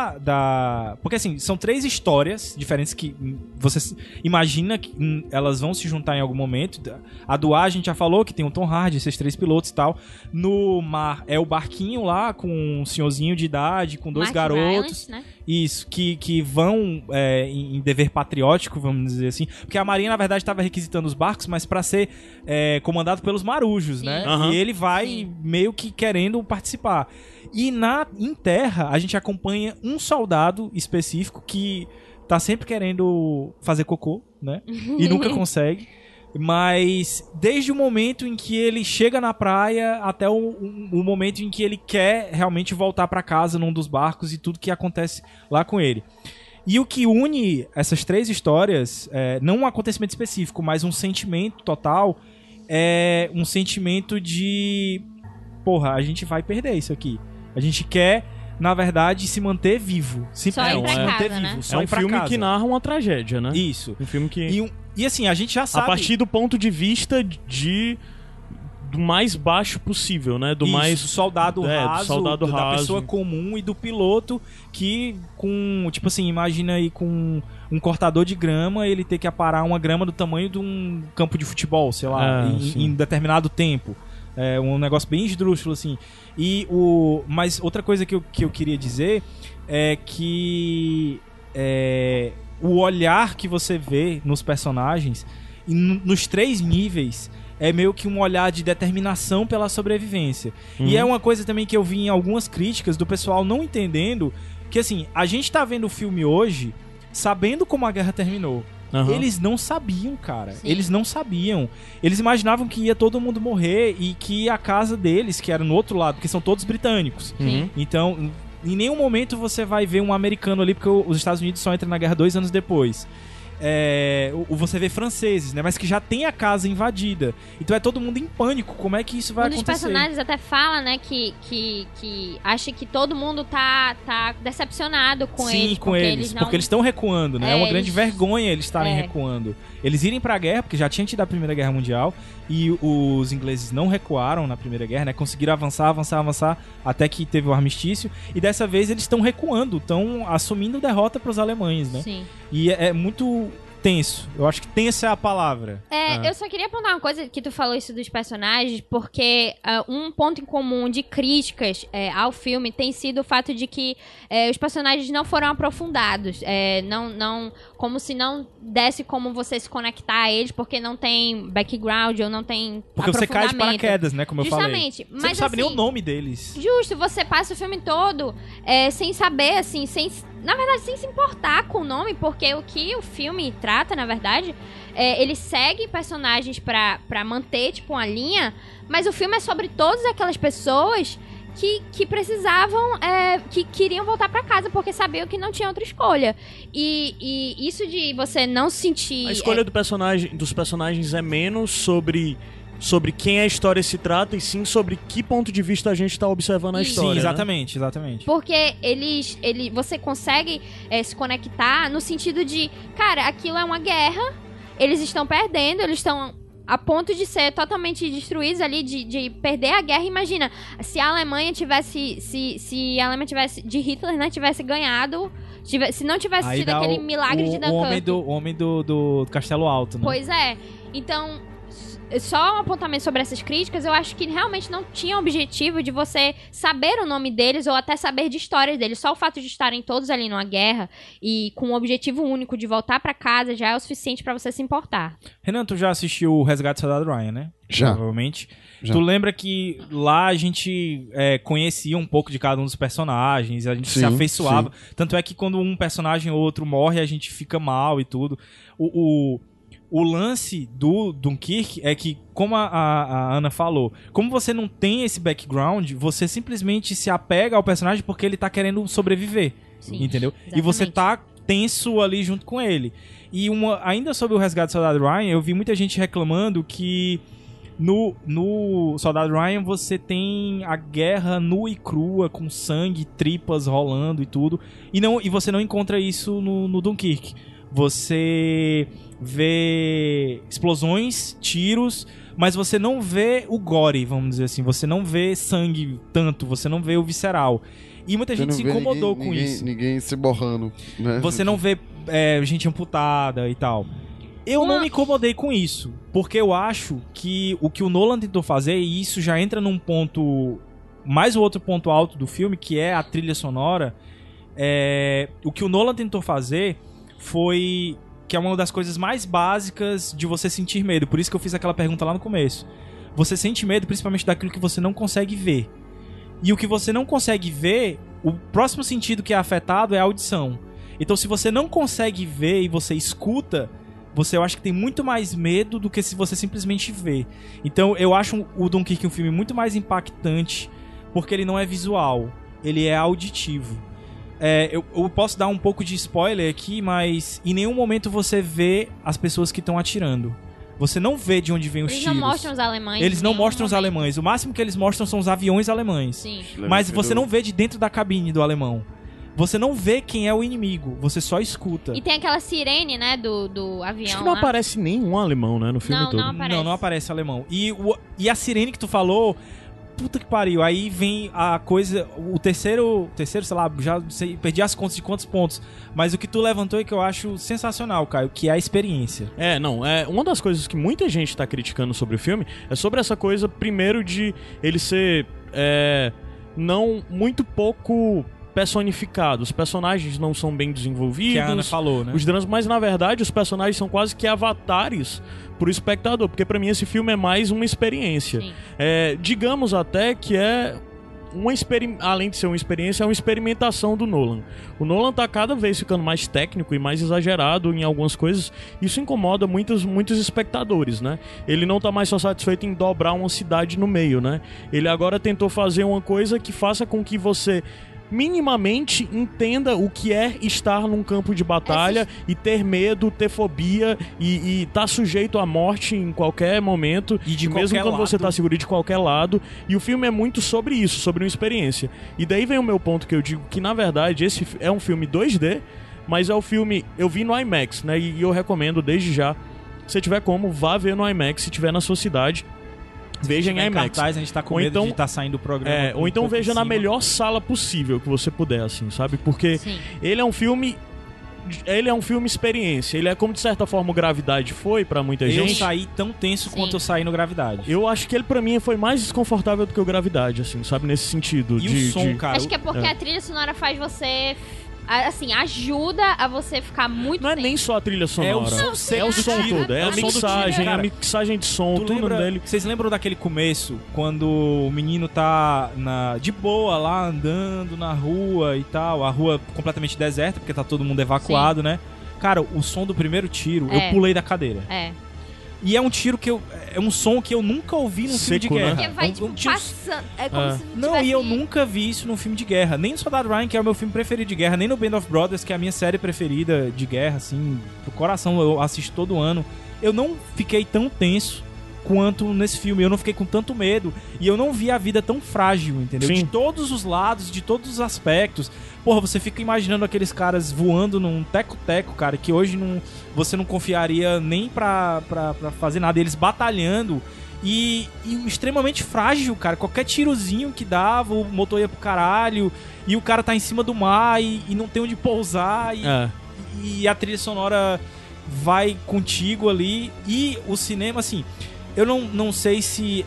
Speaker 2: da... Porque assim, são 3 histórias diferentes que você imagina que elas vão se juntar em algum momento. A do ar, a gente já falou que tem o Tom Hardy, esses 3 pilotos e tal. No mar é o barquinho lá com um senhorzinho de idade, com 2 garotos.
Speaker 5: Né?
Speaker 2: Isso, que vão em dever patriótico, vamos dizer assim. Porque a Marinha, na verdade, estava requisitando os barcos, mas para ser comandado pelos marujos,
Speaker 5: Sim.
Speaker 2: né?
Speaker 3: Uhum.
Speaker 2: E ele vai meio que querendo participar. E em terra, a gente acompanha um soldado específico que tá sempre querendo fazer cocô, né? E nunca consegue. Mas desde o momento em que ele chega na praia até o momento em que ele quer realmente voltar pra casa num dos barcos e tudo que acontece lá com ele. E o que une essas 3 histórias, não um acontecimento específico, mas um sentimento total, é um sentimento de... Porra, a gente vai perder isso aqui. A gente quer, na verdade, se manter vivo.
Speaker 5: Só ir pra casa, né?
Speaker 2: Só
Speaker 3: É um filme que narra uma tragédia, né?
Speaker 2: Isso.
Speaker 3: Um filme que...
Speaker 2: E assim, a gente já sabe...
Speaker 3: A partir do ponto de vista do mais baixo possível, né? Do mais...
Speaker 2: Do soldado raso,
Speaker 3: do soldado
Speaker 2: da
Speaker 3: raso.
Speaker 2: pessoa comum e do piloto que com... Tipo assim, imagina aí com um cortador de grama, ele ter que aparar uma grama do tamanho de um campo de futebol, sei lá, em determinado tempo. É um negócio bem esdrúxulo, assim. Mas outra coisa que eu queria dizer é que... o olhar que você vê nos personagens, nos 3 níveis, é meio que um olhar de determinação pela sobrevivência. E é uma coisa também que eu vi em algumas críticas do pessoal não entendendo que, assim, a gente tá vendo o filme hoje sabendo como a guerra terminou. Uhum. Eles não sabiam, cara. Sim. Eles não sabiam. Eles imaginavam que ia todo mundo morrer e que a casa deles, que era no outro lado, porque são todos britânicos.
Speaker 3: Sim.
Speaker 2: Então... Em nenhum momento você vai ver um americano ali, porque os Estados Unidos só entram na guerra 2 anos depois. Você vê franceses, né? Mas que já tem a casa invadida. Então é todo mundo em pânico. Como é que isso vai acontecer?
Speaker 5: Um dos personagens até fala, né, que acha que todo mundo tá decepcionado com eles.
Speaker 2: Sim, com eles. Porque eles estão recuando, né? É uma grande vergonha eles estarem recuando. Eles irem pra guerra, porque já tinha tido a Primeira Guerra Mundial, e os ingleses não recuaram na Primeira Guerra, né? Conseguiram avançar, até que teve o armistício. E dessa vez eles estão recuando, estão assumindo derrota pros alemães, né?
Speaker 5: Sim.
Speaker 2: E é muito tenso. Eu acho que tenso é a palavra.
Speaker 5: Eu só queria apontar uma coisa que tu falou isso dos personagens, porque um ponto em comum de críticas ao filme tem sido o fato de que os personagens não foram aprofundados. Não, como se não desse como você se conectar a eles, porque não tem background ou não tem
Speaker 2: porque você cai de paraquedas, né? Como eu falei.
Speaker 5: Justamente.
Speaker 2: Você não sabe nem o nome deles.
Speaker 5: Justo, você passa o filme todo sem saber, assim, na verdade, sem se importar com o nome, porque o que o filme trata, na verdade, ele segue personagens pra manter, tipo, uma linha, mas o filme é sobre todas aquelas pessoas que precisavam, que queriam voltar pra casa, porque sabiam que não tinha outra escolha. E isso de você não sentir...
Speaker 3: A escolha dos personagens é menos sobre quem a história se trata, e sim sobre que ponto de vista a gente tá observando a história.
Speaker 2: Sim, exatamente, né? Exatamente.
Speaker 5: Porque você consegue se conectar no sentido de, cara, aquilo é uma guerra, eles estão perdendo, eles estão a ponto de ser totalmente destruídos ali, de perder a guerra. Imagina, se a Alemanha tivesse... Se a Alemanha tivesse... De Hitler, né? Tivesse ganhado... Se não tivesse
Speaker 2: Aí
Speaker 5: tido
Speaker 2: dá
Speaker 5: aquele milagre de Dunkirk.
Speaker 2: O homem do Castelo Alto, né?
Speaker 5: Pois é. Então, só um apontamento sobre essas críticas, eu acho que realmente não tinha objetivo de você saber o nome deles ou até saber de histórias deles. Só o fato de estarem todos ali numa guerra e com o objetivo único de voltar pra casa já é o suficiente pra você se importar.
Speaker 2: Renan, tu já assistiu o Resgate do Soldado Ryan, né?
Speaker 4: Já.
Speaker 2: Provavelmente.
Speaker 4: Já.
Speaker 2: Tu lembra que lá a gente conhecia um pouco de cada um dos personagens, a gente se
Speaker 4: Sim,
Speaker 2: afeiçoava. Tanto é que quando um personagem ou outro morre, a gente fica mal e tudo. O lance do Dunkirk é que, como a Ana falou, como você não tem esse background, você simplesmente se apega ao personagem porque ele tá querendo sobreviver.
Speaker 5: Sim,
Speaker 2: entendeu?
Speaker 5: exatamente.
Speaker 2: E você tá tenso ali junto com ele. E ainda sobre o Resgate do Soldado Ryan, eu vi muita gente reclamando que no Soldado Ryan você tem a guerra nua e crua, com sangue, tripas rolando e tudo. E você não encontra isso no Dunkirk. Você vê explosões, tiros, mas você não vê o gore, vamos dizer assim. Você não vê sangue tanto, você não vê o visceral. E muita gente se incomodou com isso.
Speaker 4: Ninguém se borrando, né?
Speaker 2: Você não vê gente amputada e tal. Eu não me incomodei com isso, porque eu acho que o que o Nolan tentou fazer, e isso já entra num ponto... Mais o outro ponto alto do filme, que é a trilha sonora. O que o Nolan tentou fazer foi... Que é uma das coisas mais básicas de você sentir medo. Por isso que eu fiz aquela pergunta lá no começo. Você sente medo principalmente daquilo que você não consegue ver. E o que você não consegue ver, o próximo sentido que é afetado é a audição. Então se você não consegue ver e você escuta, eu acho que tem muito mais medo do que se você simplesmente vê. Então eu acho o Dunkirk um filme muito mais impactante, porque ele não é visual, ele é auditivo. Eu posso dar um pouco de spoiler aqui, mas em nenhum momento você vê as pessoas que estão atirando. Você não vê de onde vem os tiros.
Speaker 5: Eles não mostram os alemães.
Speaker 2: Eles não mostram os alemães. O máximo que eles mostram são os aviões alemães.
Speaker 5: Sim.
Speaker 2: Mas você não vê de dentro da cabine do alemão. Você não vê quem é o inimigo. Você só escuta.
Speaker 5: E tem aquela sirene, né, do avião.
Speaker 3: Acho que não
Speaker 5: lá.
Speaker 3: aparece nenhum alemão, né, no filme todo.
Speaker 5: Não aparece.
Speaker 2: Não aparece alemão. E a sirene que tu falou... Puta que pariu. Aí vem a coisa... O terceiro, sei lá, já sei, perdi as contas de quantos pontos. Mas o que tu levantou é que eu acho sensacional, Caio, que é a experiência.
Speaker 3: Uma das coisas que muita gente tá criticando sobre o filme é sobre essa coisa, primeiro, de ele ser não muito pouco personificado. Os personagens não são bem desenvolvidos.
Speaker 2: Que a Ana falou, né?
Speaker 3: Os dramas, mas na verdade os personagens são quase que avatares pro espectador, porque pra mim esse filme é mais uma experiência. Digamos até que além de ser uma experiência, é uma experimentação do Nolan. O Nolan tá cada vez ficando mais técnico e mais exagerado em algumas coisas. Isso incomoda muitos espectadores, né? Ele não tá mais só satisfeito em dobrar uma cidade no meio, né? Ele agora tentou fazer uma coisa que faça com que você minimamente entenda o que é estar num campo de batalha e ter medo, ter fobia e tá sujeito à morte em qualquer momento,
Speaker 2: e de
Speaker 3: mesmo quando
Speaker 2: lado.
Speaker 3: você tá seguro de qualquer lado. E o filme é muito sobre isso, sobre uma experiência. E daí vem o meu ponto, que eu digo que na verdade esse é um filme 2D, mas é o filme, eu vi no IMAX, né? E eu recomendo desde já, se tiver como, vá ver no IMAX, se tiver na sua cidade. Veja em IMAX.
Speaker 2: Cartaz, a gente tá com
Speaker 3: Ou
Speaker 2: medo
Speaker 3: então-
Speaker 2: de estar saindo do programa.
Speaker 3: Ou então
Speaker 2: pouco
Speaker 3: veja
Speaker 2: em
Speaker 3: na
Speaker 2: cima.
Speaker 3: melhor sala possível que você puder, assim, sabe? Porque
Speaker 5: Sim.
Speaker 3: ele é um filme experiência. Ele é como, de certa forma, o Gravidade foi pra muita
Speaker 2: Eu
Speaker 3: gente.
Speaker 2: saí tão tenso
Speaker 5: Sim.
Speaker 2: quanto eu saí no Gravidade.
Speaker 3: Eu acho que ele, pra mim, foi mais desconfortável do que o Gravidade, assim, sabe? Nesse sentido.
Speaker 2: E o som, cara...
Speaker 5: Acho que é porque a trilha sonora faz você... Assim, ajuda a você ficar muito
Speaker 3: Não é
Speaker 5: tenso.
Speaker 3: nem só a trilha sonora.
Speaker 2: É o som seco
Speaker 3: É o
Speaker 2: do
Speaker 3: som
Speaker 2: tiro,
Speaker 3: todo. É
Speaker 2: é
Speaker 3: a
Speaker 2: o som do
Speaker 3: mixagem,
Speaker 2: tiro, cara.
Speaker 3: a mixagem de som,
Speaker 2: Tu
Speaker 3: tudo
Speaker 2: lembra,
Speaker 3: dele.
Speaker 2: vocês lembram daquele começo, quando o menino tá de boa lá, andando na rua e tal, a rua completamente deserta, porque tá todo mundo evacuado, né? Cara, o som do primeiro tiro, eu pulei da cadeira. E é um tiro é um som que eu nunca ouvi num filme de
Speaker 3: Seco, né?
Speaker 2: guerra.
Speaker 5: Porque vai,
Speaker 2: Um
Speaker 5: tipo,
Speaker 2: tiro-
Speaker 5: passando. É como se
Speaker 2: Não,
Speaker 5: tivesse...
Speaker 2: e eu nunca vi isso num filme de guerra. Nem no Soldado Ryan, que é o meu filme preferido de guerra, nem no Band of Brothers, que é a minha série preferida de guerra, assim, pro coração, eu assisto todo ano. Eu não fiquei tão tenso quanto nesse filme. Eu não fiquei com tanto medo e eu não vi a vida tão frágil, entendeu?
Speaker 3: Sim.
Speaker 2: De todos os lados, de todos os aspectos. Porra, você fica imaginando aqueles caras voando num teco-teco, cara, que hoje você não confiaria nem pra fazer nada. Eles batalhando e extremamente frágil, cara. Qualquer tirozinho que dava, o motor ia pro caralho e o cara tá em cima do mar e não tem onde pousar e a trilha sonora vai contigo ali. E o cinema, assim, eu não sei se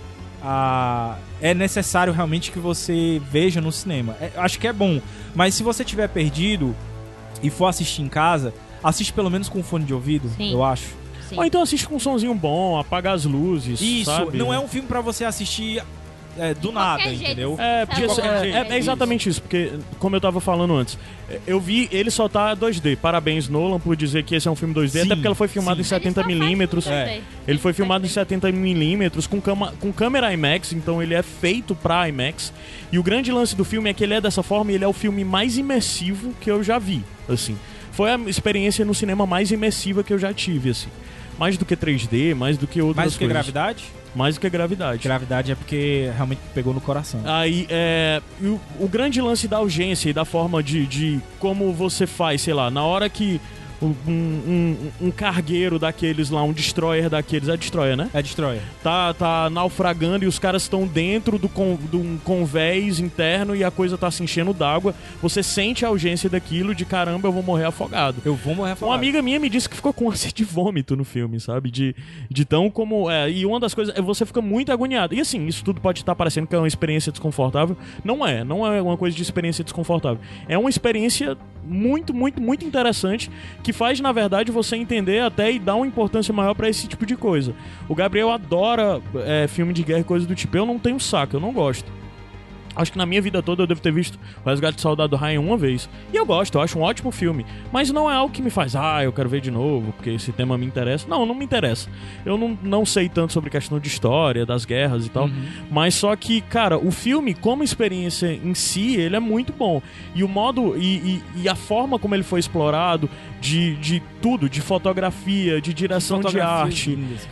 Speaker 2: é necessário realmente que você veja no cinema. Acho que é bom, mas se você tiver perdido e for assistir em casa, assiste pelo menos com fone de ouvido. Sim. Eu acho.
Speaker 5: Sim.
Speaker 3: Ou então assiste com um sonzinho bom, apaga as luzes.
Speaker 2: Isso,
Speaker 3: sabe?
Speaker 2: não é um filme pra você assistir do nada,
Speaker 5: jeito,
Speaker 2: entendeu?
Speaker 3: É exatamente isso, porque, como eu tava falando antes, eu vi ele só tá 2D. Parabéns, Nolan, por dizer que esse é um filme 2D, até porque ela foi filmado em 70mm. Ele foi filmado em 70mm com câmera IMAX, então ele é feito pra IMAX. E o grande lance do filme é que ele é dessa forma e ele é o filme mais imersivo que eu já vi, assim. Foi a experiência no cinema mais imersiva que eu já tive, assim. Mais do que 3D, mais do que outras coisas.
Speaker 2: Mais do que Gravidade?
Speaker 3: Mais do que Gravidade.
Speaker 2: Gravidade é porque realmente pegou no coração.
Speaker 3: Aí, o grande lance da urgência e da forma de como você faz, sei lá, na hora que um cargueiro daqueles lá, um destroyer daqueles, é destroyer, né?
Speaker 2: É destroyer.
Speaker 3: Tá naufragando e os caras estão dentro de um convés interno e a coisa tá se enchendo d'água. Você sente a urgência daquilo de caramba, eu vou morrer afogado.
Speaker 2: Eu vou morrer afogado.
Speaker 3: Uma amiga minha me disse que ficou com ânsia de vômito no filme, sabe? De tão como... E uma das coisas... Você fica muito agoniado. E assim, isso tudo pode estar parecendo que é uma experiência desconfortável. Não é uma coisa de experiência desconfortável. É uma experiência muito, muito, muito interessante que faz, na verdade, você entender até e dar uma importância maior pra esse tipo de coisa. O Gabriel adora filme de guerra e coisa do tipo. Eu não tenho saco, eu não gosto. Acho que na minha vida toda eu devo ter visto O Resgate do Soldado Ryan uma vez. E eu gosto, eu acho um ótimo filme. Mas não é algo que me faz, eu quero ver de novo, porque esse tema me interessa. Não me interessa. Eu não sei tanto sobre questão de história, das guerras e tal. Mas só que, cara, o filme, como experiência em si, ele é muito bom. E o modo e a forma como ele foi explorado, de tudo, de fotografia, de direção de arte, lindas,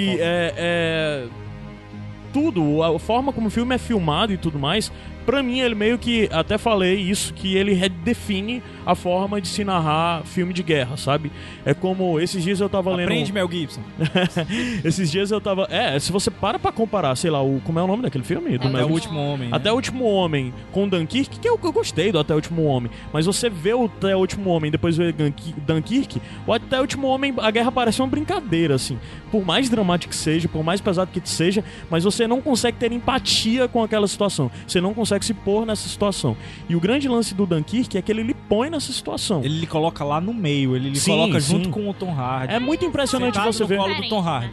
Speaker 3: tudo, a forma como o filme é filmado e tudo mais, pra mim ele meio que, até falei isso, que ele redefine a forma de se narrar filme de guerra, sabe? É como, esses dias eu tava lendo...
Speaker 2: Aprende, Mel Gibson.
Speaker 3: Esses dias eu tava... se você para pra comparar, sei lá, como é o nome daquele filme?
Speaker 2: Até o Último Homem.
Speaker 3: Até o Último Homem com Dunkirk, que eu gostei do Até o Último Homem, mas você vê o Até o Último Homem e depois vê Dunkirk, o Até o Último Homem, a guerra parece uma brincadeira, assim. Por mais dramático que seja, por mais pesado que seja, mas você não consegue ter empatia com aquela situação. Você não consegue se pôr nessa situação. E o grande lance do Dunkirk é que ele lhe põe nessa situação.
Speaker 2: Ele lhe coloca lá no meio, ele lhe coloca junto com o Tom Hardy.
Speaker 3: É muito impressionante você ver...
Speaker 2: colo do Tom Hardy.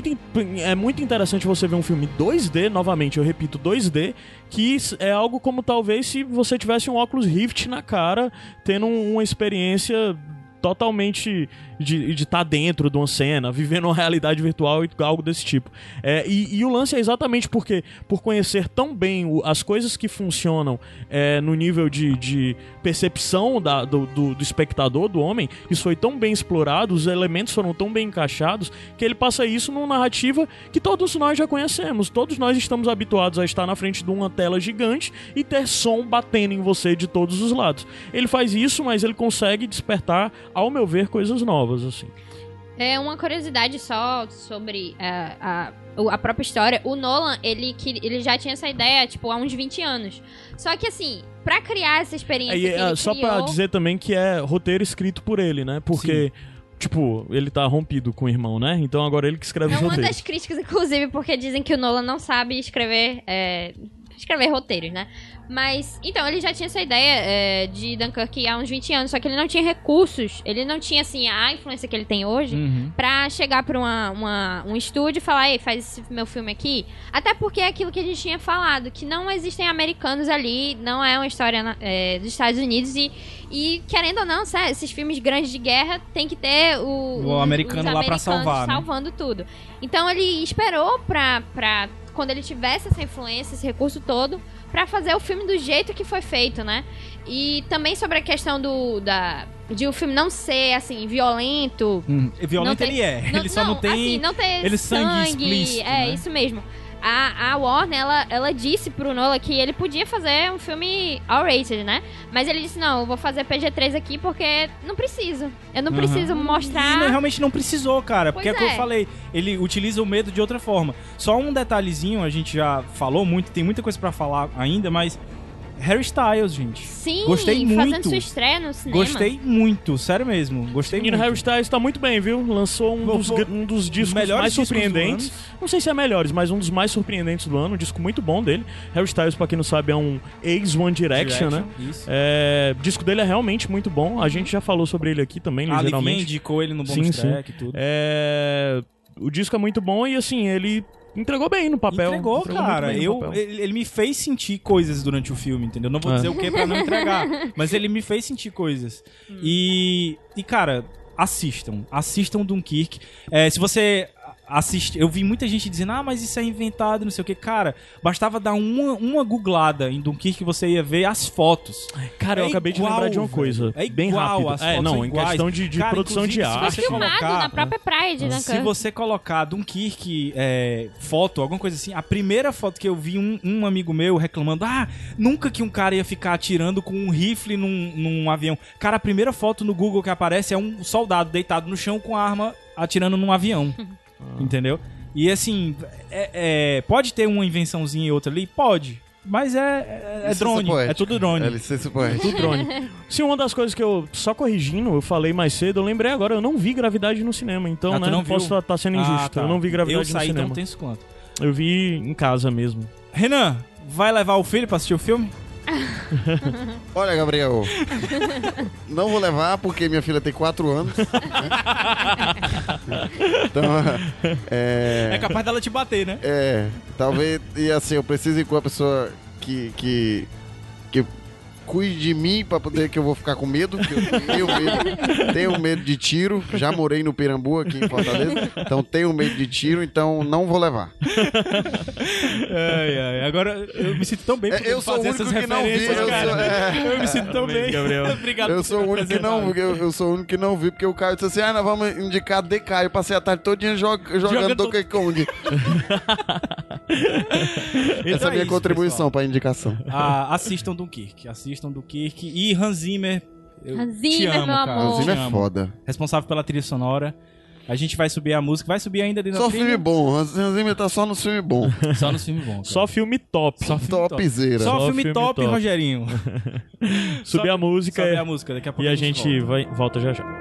Speaker 3: É muito interessante você ver um filme 2D, novamente, eu repito, 2D, que é algo como talvez se você tivesse um óculos Rift na cara, tendo uma experiência totalmente de estar dentro de uma cena, vivendo uma realidade virtual e algo desse tipo. E o lance é exatamente porque, por conhecer tão bem as coisas que funcionam no nível de percepção do espectador, do homem, isso foi tão bem explorado, os elementos foram tão bem encaixados, que ele passa isso numa narrativa que todos nós já conhecemos. Todos nós estamos habituados a estar na frente de uma tela gigante e ter som batendo em você de todos os lados. Ele faz isso, mas ele consegue despertar, ao meu ver, coisas novas. Assim.
Speaker 5: Uma curiosidade só sobre a própria história. O Nolan, ele já tinha essa ideia, tipo, há uns 20 anos. Só que, assim, pra criar essa experiência que ele
Speaker 3: só
Speaker 5: criou...
Speaker 3: pra dizer também que é roteiro escrito por ele, né? Porque... Sim. Tipo, ele tá rompido com o irmão, né? Então agora ele que escreve os roteiros.
Speaker 5: É uma das críticas, inclusive, porque dizem que o Nolan não sabe escrever roteiros, né? Mas, então, ele já tinha essa ideia de Dunkirk há uns 20 anos, só que ele não tinha recursos, ele não tinha, assim, a influência que ele tem hoje pra chegar pra um estúdio e falar, ei, faz esse meu filme aqui. Até porque é aquilo que a gente tinha falado, que não existem americanos ali, não é uma história dos Estados Unidos e querendo ou não, esses filmes grandes de guerra tem que ter
Speaker 2: o americano lá pra salvar,
Speaker 5: salvando tudo. Então ele esperou pra quando ele tivesse essa influência, esse recurso todo, pra fazer o filme do jeito que foi feito, né? E também sobre a questão de o filme não ser, assim, violento.
Speaker 2: Violento ele é. Ele só não tem...
Speaker 5: Assim, não ter
Speaker 2: ele sangue explícito,
Speaker 5: É,
Speaker 2: né?
Speaker 5: isso mesmo. A Warner, ela disse pro Nolan que ele podia fazer um filme R-rated, né? Mas ele disse, não, eu vou fazer PG-13 aqui porque não preciso. Eu não preciso
Speaker 2: E
Speaker 5: mostrar...
Speaker 2: realmente não precisou, cara. Porque é o que eu
Speaker 5: Pois é.
Speaker 2: falei. Ele utiliza o medo de outra forma. Só um detalhezinho, a gente já falou muito, tem muita coisa pra falar ainda, mas... Harry Styles, gente.
Speaker 5: Sim,
Speaker 2: Gostei
Speaker 5: fazendo
Speaker 2: muito.
Speaker 5: sua estreia no cinema.
Speaker 2: Gostei muito, sério mesmo. Gostei
Speaker 3: Menino
Speaker 2: muito.
Speaker 3: Harry Styles tá muito bem, viu? Lançou um dos discos
Speaker 2: melhores
Speaker 3: mais
Speaker 2: discos
Speaker 3: surpreendentes.
Speaker 2: do
Speaker 3: Não sei se é melhores, mas um dos mais surpreendentes do ano. Um disco muito bom dele. Harry Styles, pra quem não sabe, é um ex-One Direction, né?
Speaker 2: Isso.
Speaker 3: O disco dele é realmente muito bom. A gente já falou sobre ele aqui também,
Speaker 2: A Livinha
Speaker 3: ligeiramente.
Speaker 2: indicou ele no bonus track e tudo.
Speaker 3: O disco é muito bom e, assim, ele entregou bem no papel.
Speaker 2: Entregou,
Speaker 3: muito
Speaker 2: cara.
Speaker 3: bem no papel.
Speaker 2: Ele me fez sentir coisas durante o filme, entendeu? Não vou dizer o que pra não entregar, mas ele me fez sentir coisas. E cara, assistam Dunkirk. Se você assiste, eu vi muita gente dizendo, mas isso é inventado, não sei o que. Cara, bastava dar uma googlada em Dunkirk que você ia ver as fotos.
Speaker 3: Cara, eu acabei de lembrar de uma
Speaker 2: velho.
Speaker 3: coisa.
Speaker 2: É
Speaker 3: bem
Speaker 2: igual,
Speaker 3: rápido.
Speaker 2: as fotos são
Speaker 3: Em
Speaker 2: iguais.
Speaker 3: questão de
Speaker 2: Cara,
Speaker 3: produção de
Speaker 2: inclusive, se
Speaker 3: arte.
Speaker 2: você
Speaker 5: Foi filmado
Speaker 2: colocar-
Speaker 5: na própria praia de
Speaker 2: Se
Speaker 5: Dunkirk.
Speaker 2: você colocar Dunkirk, foto, alguma coisa assim, a primeira foto que eu vi um amigo meu reclamando, nunca que um cara ia ficar atirando com um rifle num avião. Cara, a primeira foto no Google que aparece é um soldado deitado no chão com a arma atirando num avião. Entendeu? E assim, pode ter uma invençãozinha e outra ali? Pode. Mas é
Speaker 4: Licença
Speaker 2: drone,
Speaker 4: poética.
Speaker 2: é tudo drone.
Speaker 4: É licença poética.
Speaker 3: Tudo drone. Sim, uma das coisas que eu, só corrigindo, eu falei mais cedo, eu lembrei agora, eu não vi Gravidade no cinema, então,
Speaker 2: Tu
Speaker 3: né,
Speaker 2: não
Speaker 3: posso
Speaker 2: viu?
Speaker 3: estar sendo injusto.
Speaker 2: Tá.
Speaker 3: Eu não vi Gravidade
Speaker 2: Eu saí,
Speaker 3: no cinema.
Speaker 2: então tenso quanto.
Speaker 3: Eu vi em casa mesmo.
Speaker 2: Renan, vai levar o filho pra assistir o filme?
Speaker 4: Olha, Gabriel, não vou levar porque minha filha tem 4 anos. Né? Então,
Speaker 2: É capaz dela te bater, né?
Speaker 4: talvez, e assim, eu preciso ir com uma pessoa que cuide de mim pra poder, que eu vou ficar com medo, que eu tenho medo de tiro, já morei no Pirambu aqui em Fortaleza, então tenho medo de tiro, então não vou levar.
Speaker 2: Agora eu me sinto tão bem
Speaker 4: Eu sou o
Speaker 2: fazer
Speaker 4: único
Speaker 2: essas
Speaker 4: que não vi,
Speaker 2: referências, cara. Eu me sinto tão bem.
Speaker 3: Gabriel.
Speaker 2: Obrigado
Speaker 4: Eu
Speaker 2: por
Speaker 4: sou o único que não, eu sou o único que não vi, porque o Caio disse assim, nós vamos indicar DK, eu passei a tarde todinha jogando Donkey Kong. Essa é a minha contribuição pra indicação.
Speaker 2: Assistam Dunkirk e Hans Zimmer. Eu
Speaker 5: Hans
Speaker 2: te
Speaker 5: Zimmer,
Speaker 2: amo,
Speaker 5: meu
Speaker 2: cara.
Speaker 5: amor.
Speaker 2: Te
Speaker 4: Inclusive é
Speaker 2: amo.
Speaker 4: foda.
Speaker 2: Responsável pela trilha sonora. A gente vai subir a música, vai subir ainda dentro
Speaker 4: Só
Speaker 2: da trilha.
Speaker 4: filme bom, Hans Zimmer tá só no filme bom.
Speaker 2: Só nos filmes bons.
Speaker 3: Só filme top.
Speaker 2: Só filme top.
Speaker 4: Topzera.
Speaker 2: Só
Speaker 3: Só
Speaker 2: filme
Speaker 3: filme
Speaker 2: top,
Speaker 3: top.
Speaker 2: Rogerinho.
Speaker 3: Subir a música
Speaker 2: Sobe a música, daqui a pouco
Speaker 3: e a gente volta já já.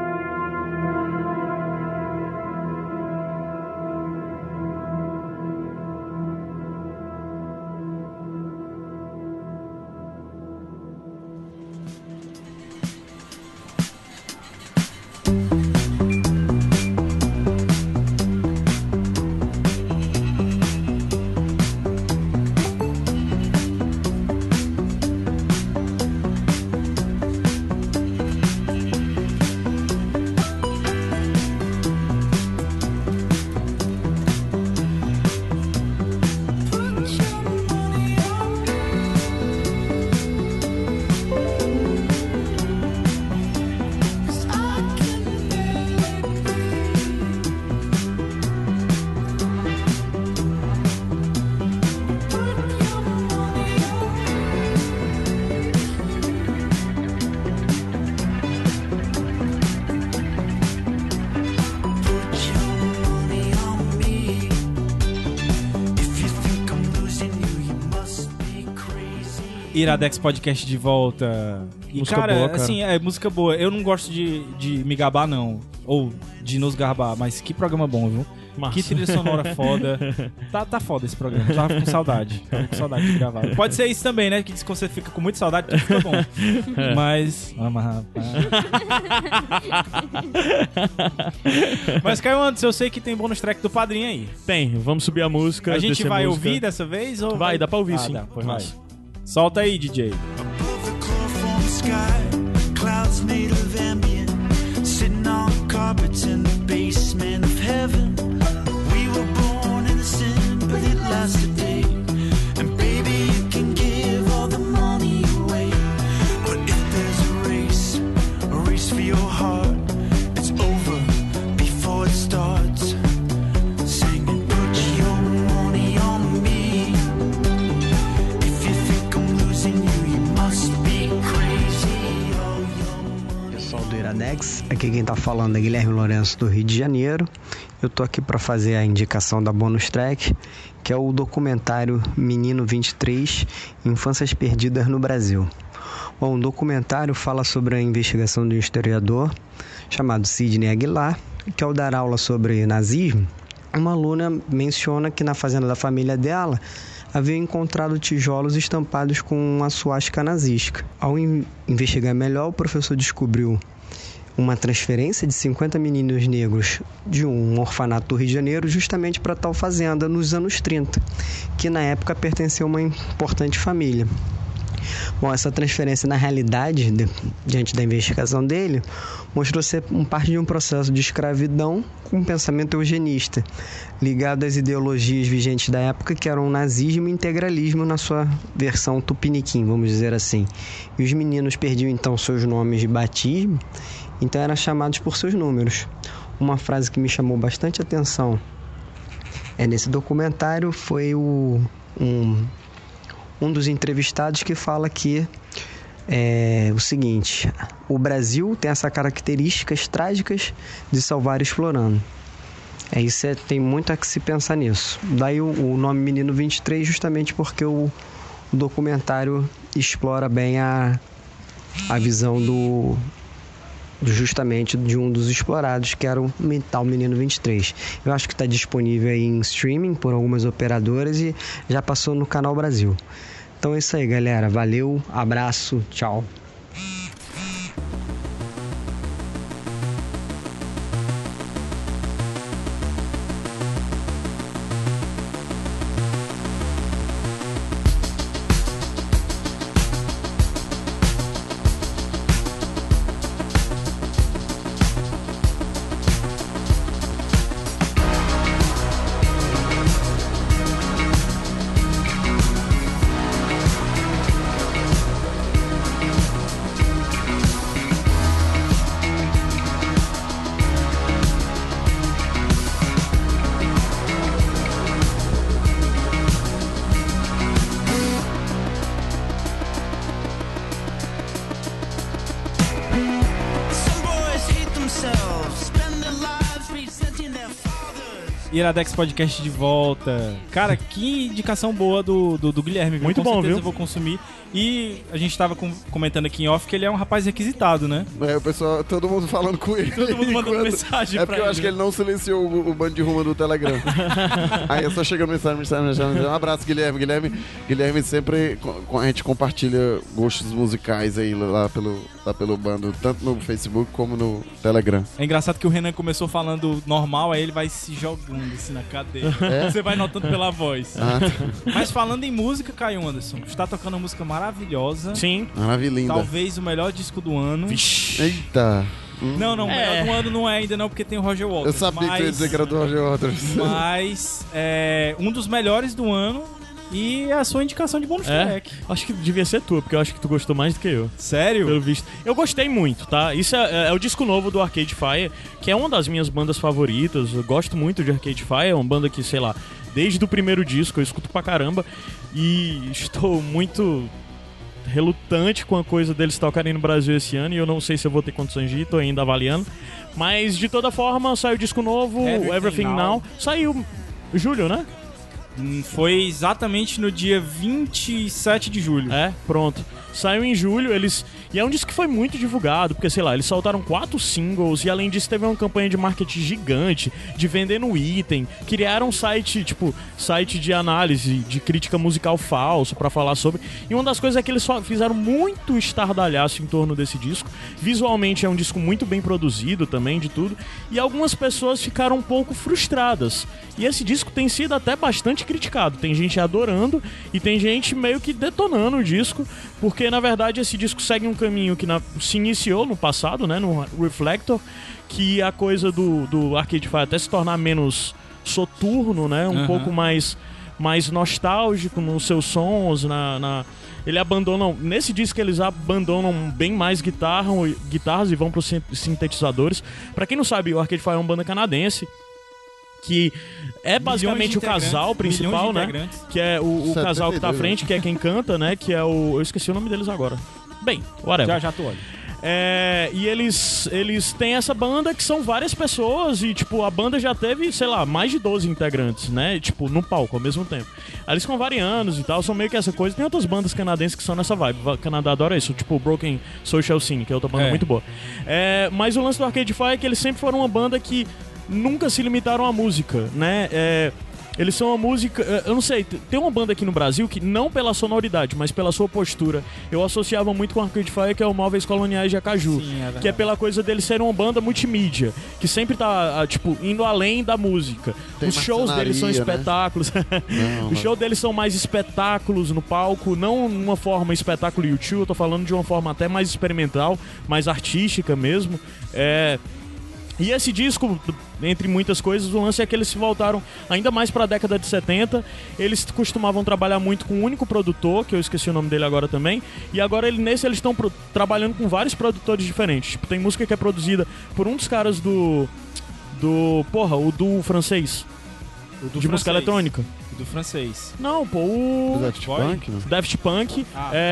Speaker 2: Iradex Podcast de volta. E
Speaker 3: Música
Speaker 2: cara,
Speaker 3: boa, cara.
Speaker 2: assim, música boa. Eu não gosto de me gabar, não. Ou de nos gabar, mas que programa bom, viu?
Speaker 3: Massa.
Speaker 2: Que trilha sonora foda. Tá foda esse programa. Tava com saudade. Tava com saudade de gravar. Pode ser isso também, né? Que diz que você fica com muita saudade, tudo fica bom. Mas. Mas, Caio Anderson, eu sei que tem bônus track do Padrinho aí.
Speaker 3: Tem, vamos subir a música.
Speaker 2: A gente
Speaker 3: descer
Speaker 2: vai
Speaker 3: música.
Speaker 2: ouvir dessa vez? Ou
Speaker 3: Vai, dá pra ouvir, sim.
Speaker 2: Dá, pois vai.
Speaker 3: Massa.
Speaker 2: Solta aí, DJ.
Speaker 8: Above the chloroform sky, clouds made of ambient, sitting on carpets in the basement of heaven. We were born innocent, but it lasts a day. And baby, you can get
Speaker 9: Aqui quem tá falando é Guilherme Lourenço, do Rio de Janeiro. Eu tô aqui para fazer a indicação da bonus track, que é o documentário Menino 23, Infâncias Perdidas no Brasil. Bom, o documentário fala sobre a investigação de um historiador chamado Sidney Aguilar, que ao dar aula sobre nazismo, uma aluna menciona que na fazenda da família dela havia encontrado tijolos estampados com uma suástica nazista. Ao investigar melhor, o professor descobriu uma transferência de 50 meninos negros de um orfanato do Rio de Janeiro justamente para tal fazenda nos anos 30, que na época pertenceu a uma importante família. Bom, essa transferência, na realidade, diante da investigação dele, mostrou ser parte de um processo de escravidão com um pensamento eugenista, ligado às ideologias vigentes da época, que eram o nazismo e integralismo na sua versão tupiniquim, vamos dizer assim. E os meninos perdiam, então, seus nomes de batismo, então eram chamados por seus números. Uma frase que me chamou bastante atenção nesse documentário foi um dos entrevistados que fala que o seguinte: o Brasil tem essas características trágicas de salvar explorando. Isso tem muito a que se pensar nisso. Daí o nome Menino 23, justamente porque o documentário explora bem a visão justamente de um dos explorados, que era o tal Menino 23. Eu acho que está disponível aí em streaming por algumas operadoras e já passou no Canal Brasil. Então é isso aí, galera. Valeu, abraço, tchau.
Speaker 2: Iradex Podcast de volta. Cara, que indicação boa do Guilherme. Viu?
Speaker 3: Muito
Speaker 2: com
Speaker 3: bom,
Speaker 2: certeza
Speaker 3: viu?
Speaker 2: Eu vou consumir. E a gente tava comentando aqui em off que ele é um rapaz requisitado, né?
Speaker 4: O pessoal, todo mundo falando com ele.
Speaker 2: Todo mundo mandando mensagem pra ele.
Speaker 4: É porque eu acho que ele não silenciou o bando de rumo do Telegram. Aí eu só chegando mensagem. Um abraço, Guilherme. Guilherme sempre a gente compartilha gostos musicais aí lá pelo bando, tanto no Facebook como no Telegram.
Speaker 2: É engraçado que o Renan começou falando normal, aí ele vai se jogando assim na cadeira. Você vai notando pela voz. Mas falando em música, Caio Anderson, está tocando uma música maravilhosa.
Speaker 3: Sim.
Speaker 4: Maravilha.
Speaker 2: Talvez o melhor disco do ano.
Speaker 3: Vixe.
Speaker 4: Eita.
Speaker 2: Não, o melhor do ano não é ainda não, porque tem o Roger Waters.
Speaker 4: Eu sabia que tu ia dizer que era do Roger Waters.
Speaker 2: Mas é um dos melhores do ano e é a sua indicação de bônus track.
Speaker 3: Acho que devia ser tua, porque eu acho que tu gostou mais do que eu.
Speaker 2: Sério?
Speaker 3: Pelo visto. Eu gostei muito, tá? Isso é o disco novo do Arcade Fire, que é uma das minhas bandas favoritas. Eu gosto muito de Arcade Fire, é uma banda que, sei lá, desde o primeiro disco eu escuto pra caramba. E estou muito relutante com a coisa deles tocarem no Brasil esse ano, e eu não sei se eu vou ter condições de ir, tô ainda avaliando. Mas, de toda forma, saiu o disco novo, Everything Now. Saiu julho, né?
Speaker 2: Foi exatamente no dia 27 de julho.
Speaker 3: Pronto. Saiu em julho, e é um disco que foi muito divulgado, porque, sei lá, eles soltaram 4 singles, e além disso teve uma campanha de marketing gigante, de vendendo item, criaram um site de análise, de crítica musical falso pra falar sobre, e uma das coisas é que eles fizeram muito estardalhaço em torno desse disco. Visualmente é um disco muito bem produzido também, de tudo, e algumas pessoas ficaram um pouco frustradas, e esse disco tem sido até bastante criticado, tem gente adorando, e tem gente meio que detonando o disco, porque na verdade esse disco segue um caminho que se iniciou no passado, né, no Reflector, que a coisa do Arcade Fire até se tornar menos soturno, né, um pouco mais nostálgico nos seus sons, ele abandona, nesse disco eles abandonam bem mais guitarras e vão para os sintetizadores. Pra quem não sabe, o Arcade Fire é uma banda canadense, que é basicamente o casal principal, né? Que é o casal que tá à frente, que é quem canta, né? Que é o... Eu esqueci o nome deles agora. Bem, whatever.
Speaker 2: Já tu olha.
Speaker 3: E eles têm essa banda que são várias pessoas e, tipo, a banda já teve, sei lá, mais de 12 integrantes, né? Tipo, no palco ao mesmo tempo. Aí eles ficam variando e tal, são meio que essa coisa. Tem outras bandas canadenses que são nessa vibe. O Canadá adora isso, tipo Broken Social Scene, que é outra banda muito boa. Mas o lance do Arcade Fire é que eles sempre foram uma banda que nunca se limitaram à música, né? Eles são uma música... Eu não sei, tem uma banda aqui no Brasil que, não pela sonoridade, mas pela sua postura, eu associava muito com Arcade Fire, que é o Móveis Coloniais de Acaju. Sim, que é pela coisa deles serem uma banda multimídia, que sempre tá, tipo, indo além da música. Os shows deles são espetáculos. Os shows deles são mais espetáculos no palco, não uma forma espetáculo YouTube, eu tô falando de uma forma até mais experimental, mais artística mesmo. E esse disco, entre muitas coisas, o lance é que eles se voltaram ainda mais para a década de 70. Eles costumavam trabalhar muito com um único produtor, que eu esqueci o nome dele agora também. E agora eles estão trabalhando com vários produtores diferentes. Tipo, tem música que é produzida por um dos caras do francês. De música eletrônica.
Speaker 2: Do francês.
Speaker 3: Não, pô, o...
Speaker 4: Daft Punk, né?
Speaker 3: Daft Punk.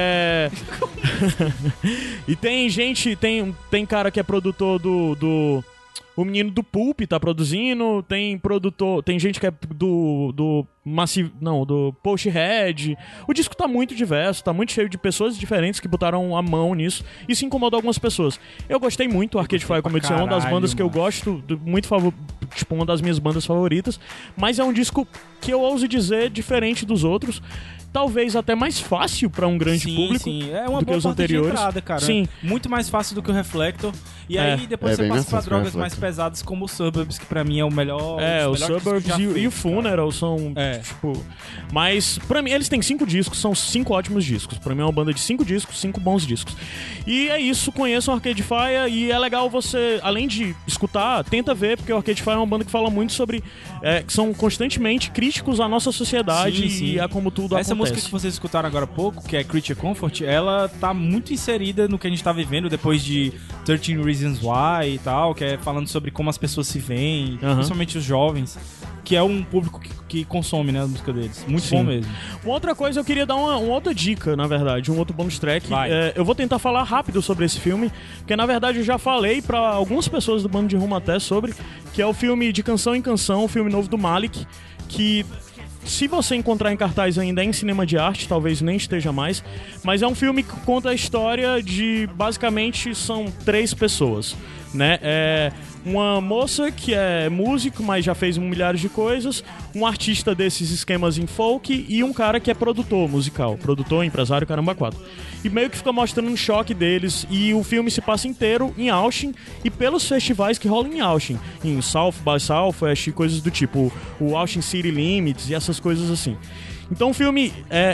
Speaker 3: E tem gente, tem cara que é produtor do o menino do Pulp tá produzindo, tem gente que é do Massive, não, do Posthead. O disco tá muito diverso, tá muito cheio de pessoas diferentes que botaram a mão nisso. E se incomodou algumas pessoas. Eu gostei muito do Arcade Fire, como eu disse, é uma das bandas que eu gosto, tipo, uma das minhas bandas favoritas. Mas é um disco que eu ouso dizer diferente dos outros. Talvez até mais fácil pra um grande público
Speaker 2: É uma
Speaker 3: do
Speaker 2: boa
Speaker 3: que os anteriores.
Speaker 2: De entrada, cara.
Speaker 3: Sim.
Speaker 2: Muito mais fácil do que o Reflector. E aí depois você passa pra drogas mais pesadas como o Suburbs, que pra mim é o melhor.
Speaker 3: O Suburbs e o Funeral são tipo... Mas pra mim eles têm 5 discos, são 5 ótimos discos. Pra mim é uma banda de 5 discos, 5 bons discos. E é isso, conheçam o Arcade Fire e é legal você, além de escutar, tenta ver, porque o Arcade Fire é uma banda que fala muito sobre... que são constantemente críticos à nossa sociedade e a como tudo acontece.
Speaker 2: Essa música que vocês escutaram agora há pouco, que é Creature Comfort, ela tá muito inserida no que a gente tá vivendo depois de 13 Reasons Why e tal, que é falando sobre como as pessoas se veem, principalmente os jovens, que é um público que consome, né, a música deles. Muito bom mesmo.
Speaker 3: Uma outra coisa, eu queria dar uma outra dica, na verdade, um outro bonus track. Eu vou tentar falar rápido sobre esse filme, porque na verdade eu já falei pra algumas pessoas do Bando de Rumo até sobre, que é o filme De Canção em Canção, o filme novo do Malik, que... Se você encontrar em cartaz ainda é em cinema de arte, talvez nem esteja mais, mas é um filme que conta a história de, basicamente, são 3 pessoas, né? Uma moça que é músico, mas já fez milhares de coisas, um artista desses esquemas em folk e um cara que é produtor musical, produtor, empresário, caramba, 4. E meio que fica mostrando um choque deles, e o filme se passa inteiro em Austin e pelos festivais que rolam em Austin, em South by Southwest e coisas do tipo, o Austin City Limits e essas coisas assim. Então o filme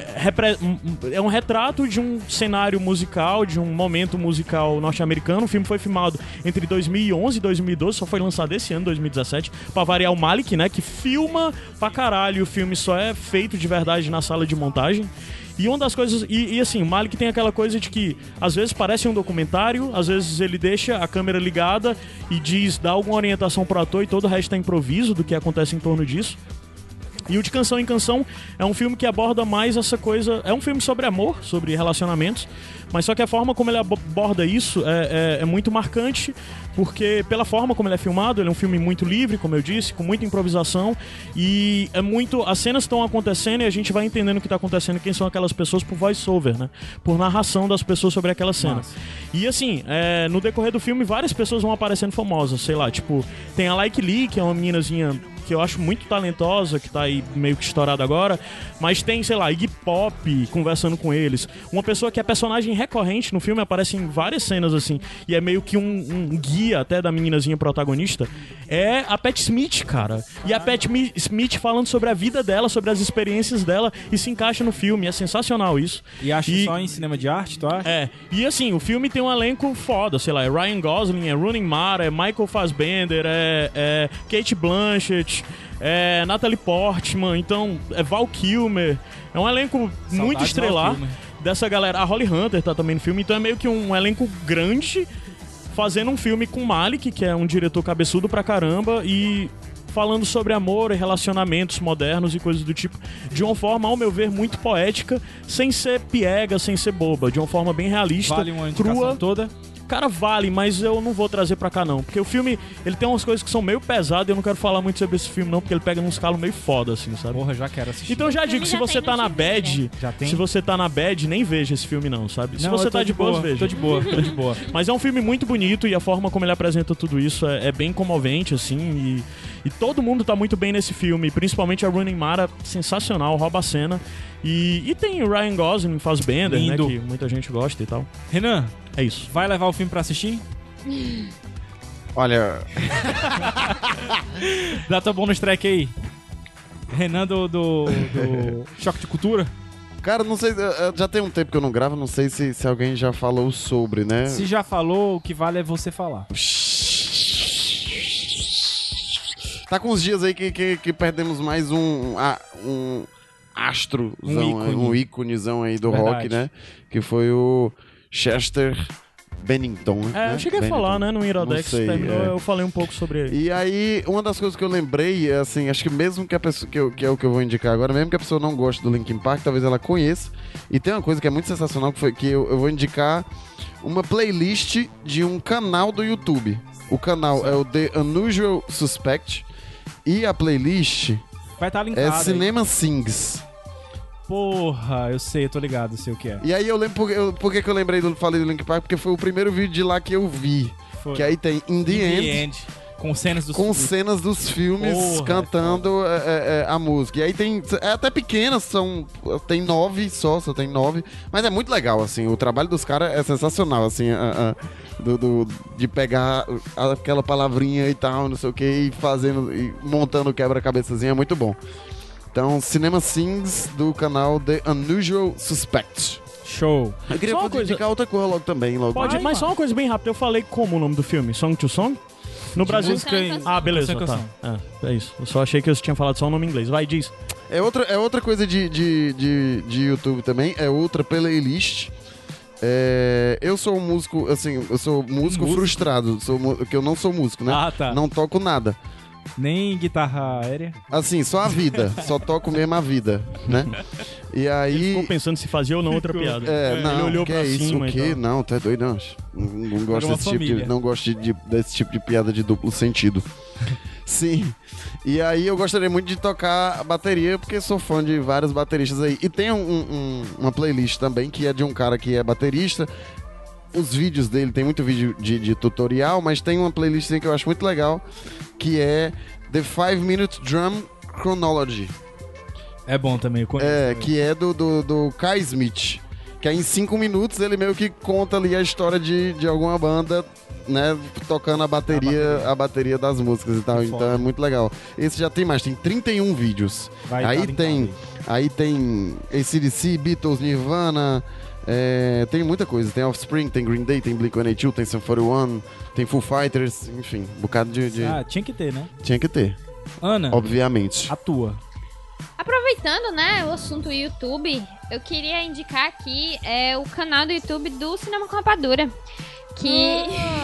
Speaker 3: é um retrato de um cenário musical, de um momento musical norte-americano. O filme foi filmado entre 2011 e 2012, só foi lançado esse ano, 2017, pra variar o Malik, né, que filma pra caralho. O filme só é feito de verdade na sala de montagem. E uma das coisas... E assim, o Malik tem aquela coisa de que às vezes parece um documentário, às vezes ele deixa a câmera ligada e dá alguma orientação pro ator e todo o resto é improviso do que acontece em torno disso. E o De Canção em Canção é um filme que aborda mais essa coisa... É um filme sobre amor, sobre relacionamentos, mas só que a forma como ele aborda isso é muito marcante, porque pela forma como ele é filmado, ele é um filme muito livre, como eu disse, com muita improvisação, e é muito... As cenas estão acontecendo e a gente vai entendendo o que está acontecendo, quem são aquelas pessoas por voice-over, né? Por narração das pessoas sobre aquela cena. Nossa. E assim, no decorrer do filme, várias pessoas vão aparecendo famosas, sei lá, tipo, tem a Like Lee, que é uma meninazinha que eu acho muito talentosa, que tá aí meio que estourada agora, mas tem, sei lá, Iggy Pop conversando com eles. Uma pessoa que é personagem recorrente no filme, aparece em várias cenas, assim, e é meio que um guia até da meninazinha protagonista, é a Pat Smith, cara. E a Pat Smith falando sobre a vida dela, sobre as experiências dela, e se encaixa no filme, é sensacional isso.
Speaker 2: E acho só em cinema de arte, tu acha?
Speaker 3: E assim, o filme tem um elenco foda, sei lá, é Ryan Gosling, é Rooney Mara, é Michael Fassbender, é Kate Blanchett, é Natalie Portman, então é Val Kilmer, é um elenco muito estrelar dessa galera. A Holly Hunter tá também no filme, então é meio que um elenco grande fazendo um filme com Malik, que é um diretor cabeçudo pra caramba, e falando sobre amor e relacionamentos modernos e coisas do tipo, de uma forma, ao meu ver, muito poética, sem ser piega, sem ser boba, de uma forma bem realista,
Speaker 2: vale uma indicação
Speaker 3: crua.
Speaker 2: Toda?
Speaker 3: cara, vale, mas eu não vou trazer pra cá não. Porque o filme, ele tem umas coisas que são meio pesadas e eu não quero falar muito sobre esse filme não, porque ele pega uns calos meio foda, assim, sabe?
Speaker 2: Porra, já quero assistir.
Speaker 3: Então eu já digo, se
Speaker 5: já
Speaker 3: você
Speaker 5: tem
Speaker 3: tá
Speaker 5: no
Speaker 3: na
Speaker 5: filme,
Speaker 3: bad,
Speaker 2: Já tem?
Speaker 3: se você tá na bad, nem veja esse filme não, sabe? Se
Speaker 2: Não,
Speaker 3: você
Speaker 2: eu tô
Speaker 3: tá de boas,
Speaker 2: boa,
Speaker 3: veja.
Speaker 2: tô de boa, tô de boa.
Speaker 3: Mas é um filme muito bonito e a forma como ele apresenta tudo isso é bem comovente, assim, e todo mundo tá muito bem nesse filme, principalmente a Rooney Mara, sensacional, rouba a cena. E tem o Ryan Gosling, Fassbender, né,
Speaker 2: Lindo.
Speaker 3: que muita gente gosta e tal.
Speaker 2: Renan,
Speaker 3: É isso.
Speaker 2: vai levar o filme pra assistir?
Speaker 4: Olha,
Speaker 2: Dá tua bônus track aí. Renan do Choque de Cultura.
Speaker 4: cara, não sei, já tem um tempo que eu não gravo, não sei se alguém já falou sobre, né?
Speaker 2: Se já falou, o que vale é você falar.
Speaker 4: Tá com uns dias aí que perdemos mais um astrozão, um íconezão aí do
Speaker 2: Verdade.
Speaker 4: rock, né? Que foi o Chester Bennington.
Speaker 3: É, eu cheguei a falar, né, no Iradex,
Speaker 4: Não sei,
Speaker 3: terminou,
Speaker 4: é.
Speaker 3: eu falei um pouco sobre ele.
Speaker 4: E aí, uma das coisas que eu lembrei, é assim, acho que mesmo que a pessoa, que é o que eu vou indicar agora, mesmo que a pessoa não goste do Linkin Park, talvez ela conheça. E tem uma coisa que é muito sensacional, que foi que eu vou indicar uma playlist de um canal do YouTube. O canal é o The Unusual Suspect e a playlist
Speaker 2: Vai estar linkado
Speaker 4: é
Speaker 2: aí.
Speaker 4: Cinema Sings.
Speaker 2: Porra, eu sei, eu tô ligado, eu sei o que é.
Speaker 4: E aí eu lembro por que eu lembrei falei do Linkin Park, porque foi o primeiro vídeo de lá que eu vi.
Speaker 2: Foi.
Speaker 4: Que aí tem In The End.
Speaker 2: Com cenas dos
Speaker 4: Com cenas dos filmes
Speaker 2: Porra,
Speaker 4: cantando a música. E aí tem. É até pequenas, tem 9 só tem 9. Mas é muito legal, assim. O trabalho dos caras é sensacional, assim. De pegar aquela palavrinha e tal, não sei o que, e fazendo. E montando o quebra-cabeçazinho é muito bom. Então, Cinema Sings do canal The Unusual Suspect.
Speaker 2: Show.
Speaker 4: Eu queria
Speaker 3: Só uma coisa-
Speaker 4: indicar outra coisa logo também.
Speaker 3: Pode, mas só uma coisa bem rápida, eu falei como o nome do filme? Song to Song? No Brasil...
Speaker 2: música e-
Speaker 3: Ah, beleza,
Speaker 2: Canção,
Speaker 3: tá.
Speaker 2: canção.
Speaker 3: É isso. Eu só achei que eu tinha falado só o nome em inglês. Vai, diz.
Speaker 4: É outra coisa de YouTube também, é outra playlist. Eu sou um músico, assim, eu sou músico frustrado, que eu não sou músico, né?
Speaker 2: Ah, tá.
Speaker 4: Não toco nada.
Speaker 2: Nem guitarra aérea.
Speaker 4: Assim, só a vida, só toco mesmo a vida, né? E aí...
Speaker 3: Ficou pensando se fazia ou não outra piada.
Speaker 4: Ele
Speaker 3: Ele olhou
Speaker 4: que
Speaker 3: pra
Speaker 4: é isso,
Speaker 3: cima
Speaker 4: o
Speaker 3: e
Speaker 4: quê?
Speaker 3: tal.
Speaker 4: Não, tu é doido, não. Não gosto
Speaker 2: uma
Speaker 4: desse tipo de,
Speaker 2: família.
Speaker 4: não gosto desse tipo de piada de duplo sentido. Sim. E aí eu gostaria muito de tocar a bateria, porque sou fã de vários bateristas aí. E tem uma playlist também, que é de um cara que é baterista. Os vídeos dele, tem muito vídeo de tutorial, mas tem uma playlist que eu acho muito legal, que é The 5 Minute Drum Chronology.
Speaker 2: É bom também, eu conheço.
Speaker 4: Que é do Kai Smith. Que aí em 5 minutos ele meio que conta ali a história de alguma banda, né? Tocando a bateria das músicas e tal.
Speaker 2: Que
Speaker 4: Então
Speaker 2: foda.
Speaker 4: é muito legal. Esse já tem mais, tem 31 vídeos.
Speaker 2: Vai
Speaker 4: Aí
Speaker 2: tá
Speaker 4: tem,
Speaker 2: linkado
Speaker 4: aí tem AC/DC, Beatles, Nirvana. Tem muita coisa. Tem Offspring, tem Green Day, tem Blink-182, tem Sum 41, tem Foo Fighters, enfim, um bocado de...
Speaker 2: Ah, tinha que ter, né?
Speaker 4: Tinha que ter,
Speaker 2: Ana,
Speaker 4: obviamente.
Speaker 2: a tua.
Speaker 5: Aproveitando, né, o assunto YouTube, eu queria indicar aqui o canal do YouTube do Cinema com Rapadura. Que.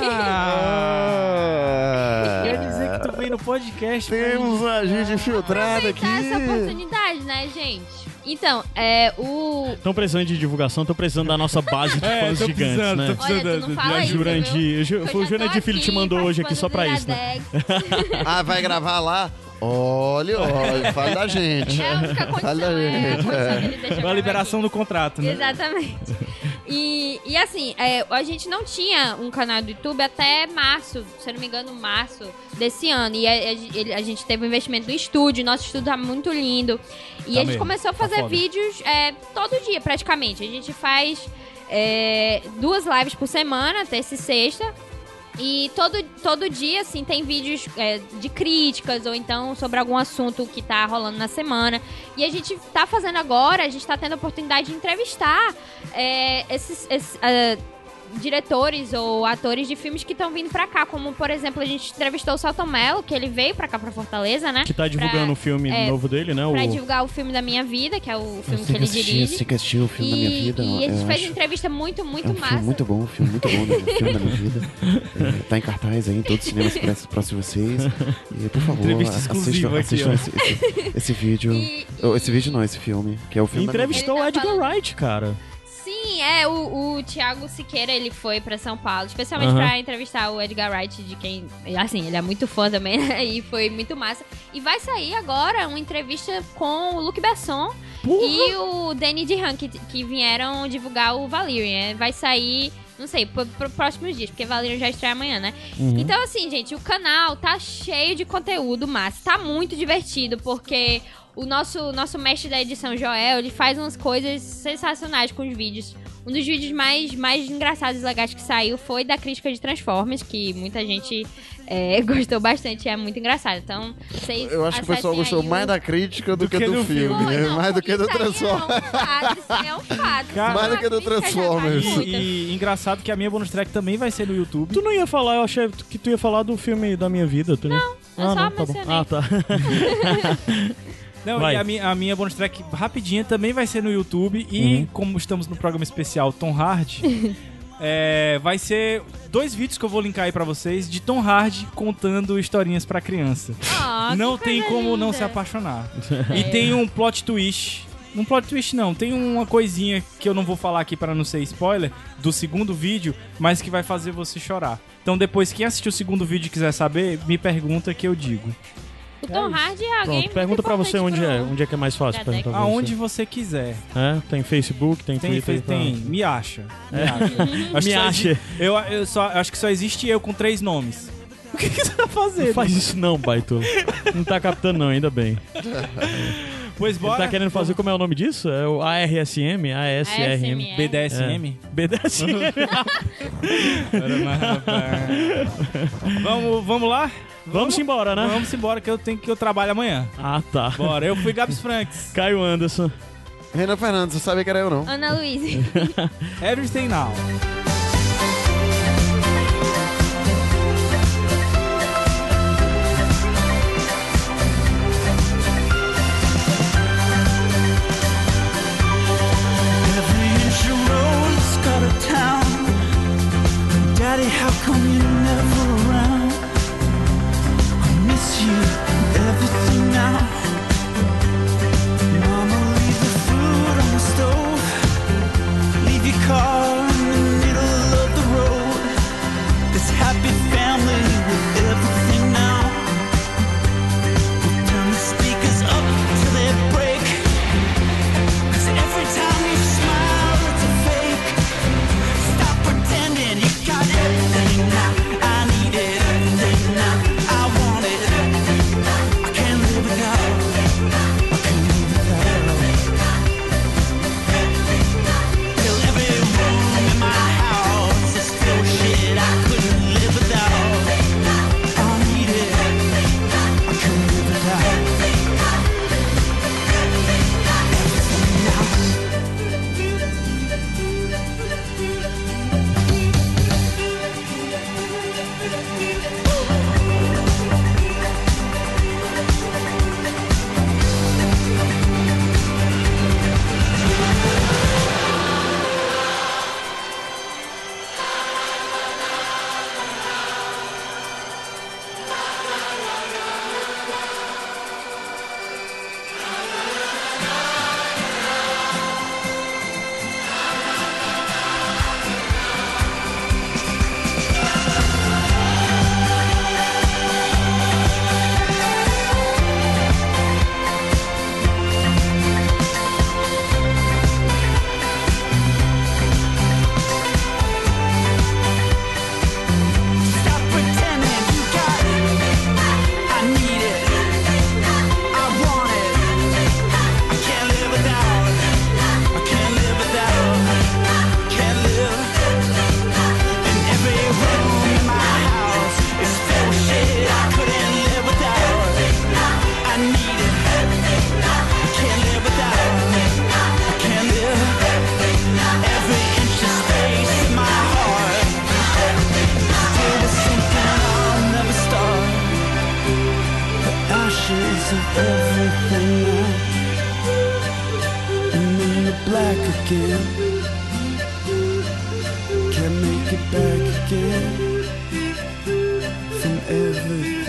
Speaker 2: Quer dizer que tu veio no podcast.
Speaker 4: Temos a gente infiltrada aqui.
Speaker 5: Aproveitar essa oportunidade, né, gente? Então,
Speaker 3: Estão precisando de divulgação, estão precisando da nossa base de fãs
Speaker 2: tô
Speaker 3: gigantes,
Speaker 2: precisando,
Speaker 3: né?
Speaker 2: tô precisando.
Speaker 5: Olha, tu não fala isso,
Speaker 3: Jurandir.
Speaker 5: viu?
Speaker 3: Foi o Jurandir Filho que te mandou hoje aqui só pra isso, né?
Speaker 4: Ah, vai gravar lá? Olha, fala da gente.
Speaker 5: É a única condição,
Speaker 4: Fala
Speaker 5: é a
Speaker 4: aí.
Speaker 5: condição que ele deixa
Speaker 2: A
Speaker 5: pra
Speaker 2: liberação do contrato, né?
Speaker 5: Exatamente. E assim, a gente não tinha um canal do YouTube até março, se eu não me engano, março desse ano. E a gente teve um investimento no estúdio, nosso estúdio tá muito lindo. E
Speaker 2: Tá
Speaker 5: a gente
Speaker 2: mesmo,
Speaker 5: começou a
Speaker 2: tá
Speaker 5: fazer
Speaker 2: foda.
Speaker 5: vídeos todo dia, praticamente. A gente faz 2 lives por semana, terça e sexta. E todo dia, assim, tem vídeos de críticas ou então sobre algum assunto que tá rolando na semana. E a gente tá fazendo agora, a gente tá tendo a oportunidade de entrevistar esses diretores ou atores de filmes que estão vindo pra cá. Como, por exemplo, a gente entrevistou o Celton Mello, que ele veio pra cá, pra Fortaleza, né?
Speaker 3: Que tá divulgando o filme novo dele, né?
Speaker 5: Pra divulgar o filme da minha vida, que é o filme que ele dirige.
Speaker 4: Você que assistiu o filme da minha vida?
Speaker 5: E a gente
Speaker 4: eu
Speaker 5: fez
Speaker 4: acho.
Speaker 5: uma entrevista muito
Speaker 4: É um
Speaker 5: massa.
Speaker 4: filme muito bom, filme da minha vida. Tá em cartaz aí em todos os cinemas próximos de vocês. E, por favor,
Speaker 2: Entrevista exclusiva
Speaker 4: assistam
Speaker 2: aqui,
Speaker 4: esse vídeo.
Speaker 5: E-
Speaker 4: Esse vídeo não, esse filme, que é o filme da minha vida.
Speaker 3: Entrevistou o
Speaker 5: Ele tá
Speaker 3: Edgar
Speaker 5: falando-
Speaker 3: Wright, cara.
Speaker 5: Sim, Sim, o Thiago Siqueira, ele foi pra São Paulo, especialmente pra entrevistar o Edgar Wright, de quem, assim, ele é muito fã também, né? E foi muito massa. E vai sair agora uma entrevista com o Luc Besson e o Danny DeHaan, que vieram divulgar o Valerian. Vai sair, não sei, pro próximos dias, porque Valerian já estreia amanhã, né? Então, assim, gente, o canal tá cheio de conteúdo massa, tá muito divertido, porque o nosso mestre da edição, Joel, ele faz umas coisas sensacionais com os vídeos. Um dos vídeos mais engraçados e legais que saiu foi da crítica de Transformers, que muita gente gostou bastante, é muito engraçado. Então, vocês
Speaker 4: Eu acho que o pessoal gostou mais da crítica do que do filme.
Speaker 5: Pô, não,
Speaker 4: mais do que do
Speaker 5: isso aí
Speaker 4: Transformers.
Speaker 5: Isso aí é um fato.
Speaker 4: Mais do que do Transformers.
Speaker 2: E engraçado que a minha bonus track também vai ser no YouTube.
Speaker 3: Tu não ia falar, eu achei que tu ia falar do filme da minha vida. Tu
Speaker 5: Não, eu só
Speaker 3: tá
Speaker 5: mencionei.
Speaker 3: bom. Ah, tá.
Speaker 2: Não,
Speaker 3: Vai.
Speaker 2: e a minha bonus track rapidinha também vai ser no YouTube. E como estamos no programa especial Tom Hardy, vai ser 2 vídeos que eu vou linkar aí pra vocês de Tom Hardy contando historinhas pra criança. Não
Speaker 5: que
Speaker 2: tem
Speaker 5: coisa
Speaker 2: como não
Speaker 5: linda.
Speaker 2: se apaixonar. E tem um plot twist. Um plot twist não, tem uma coisinha que eu não vou falar aqui para não ser spoiler do segundo vídeo, mas que vai fazer você chorar. Então depois, quem assistiu o segundo vídeo e quiser saber, me pergunta que eu digo.
Speaker 5: O Tom Hardy é alguém
Speaker 3: Pronto, pergunta pra você onde é.
Speaker 5: importante
Speaker 3: Onde é que é mais fácil
Speaker 5: Pra
Speaker 3: perguntar pra
Speaker 2: Aonde
Speaker 3: você.
Speaker 2: você quiser.
Speaker 3: Tem Facebook, tem Twitter.
Speaker 2: Tem, me acha. Me acha. Acho
Speaker 3: Me
Speaker 2: que só
Speaker 3: acha.
Speaker 2: eu acho que só existe eu com 3 nomes. O que você tá fazendo?
Speaker 3: Não faz isso não, Baito. Não tá captando não, ainda bem.
Speaker 2: Pois
Speaker 3: Ele
Speaker 2: bora.
Speaker 3: tá querendo fazer, como é o nome disso? É o ARSM? ASRM.
Speaker 2: BDSM.
Speaker 3: BDSM.
Speaker 2: Vamos lá?
Speaker 3: Vamos embora, né?
Speaker 2: Vamos embora que eu trabalho amanhã.
Speaker 3: Ah, tá.
Speaker 2: Bora, eu fui Gabs Franks.
Speaker 3: Caio Anderson.
Speaker 4: Renan Fernandes, você sabia que era eu, não?
Speaker 5: Ana Luísa.
Speaker 2: Everything Now.
Speaker 8: Every inch of road's got a town. Daddy, how come you're never around? I miss you and everything now. Mama, leave the food on the stove. Leave your car in the middle of the road. This happy family with everything now. We'll turn the speakers up till they break. 'Cause every time you smile, it's a fake. Stop pretending you got everything now. I need it, everything now. I want it. I can't live without. I can't live without. Till every room in my house is filled with shit I couldn't live without. I need it. I can't live without. Everything now. Stop pretending you got it. I need it. I want it. I can't live without. I can't live without. Can't live. And every room in my house is filled with shit I couldn't live without. I need it. I can't live without. I can't live. Every inch of space in my heart. There was something I'll never start. The ashes of everything now. And then the black again. Can't make it back again. From everything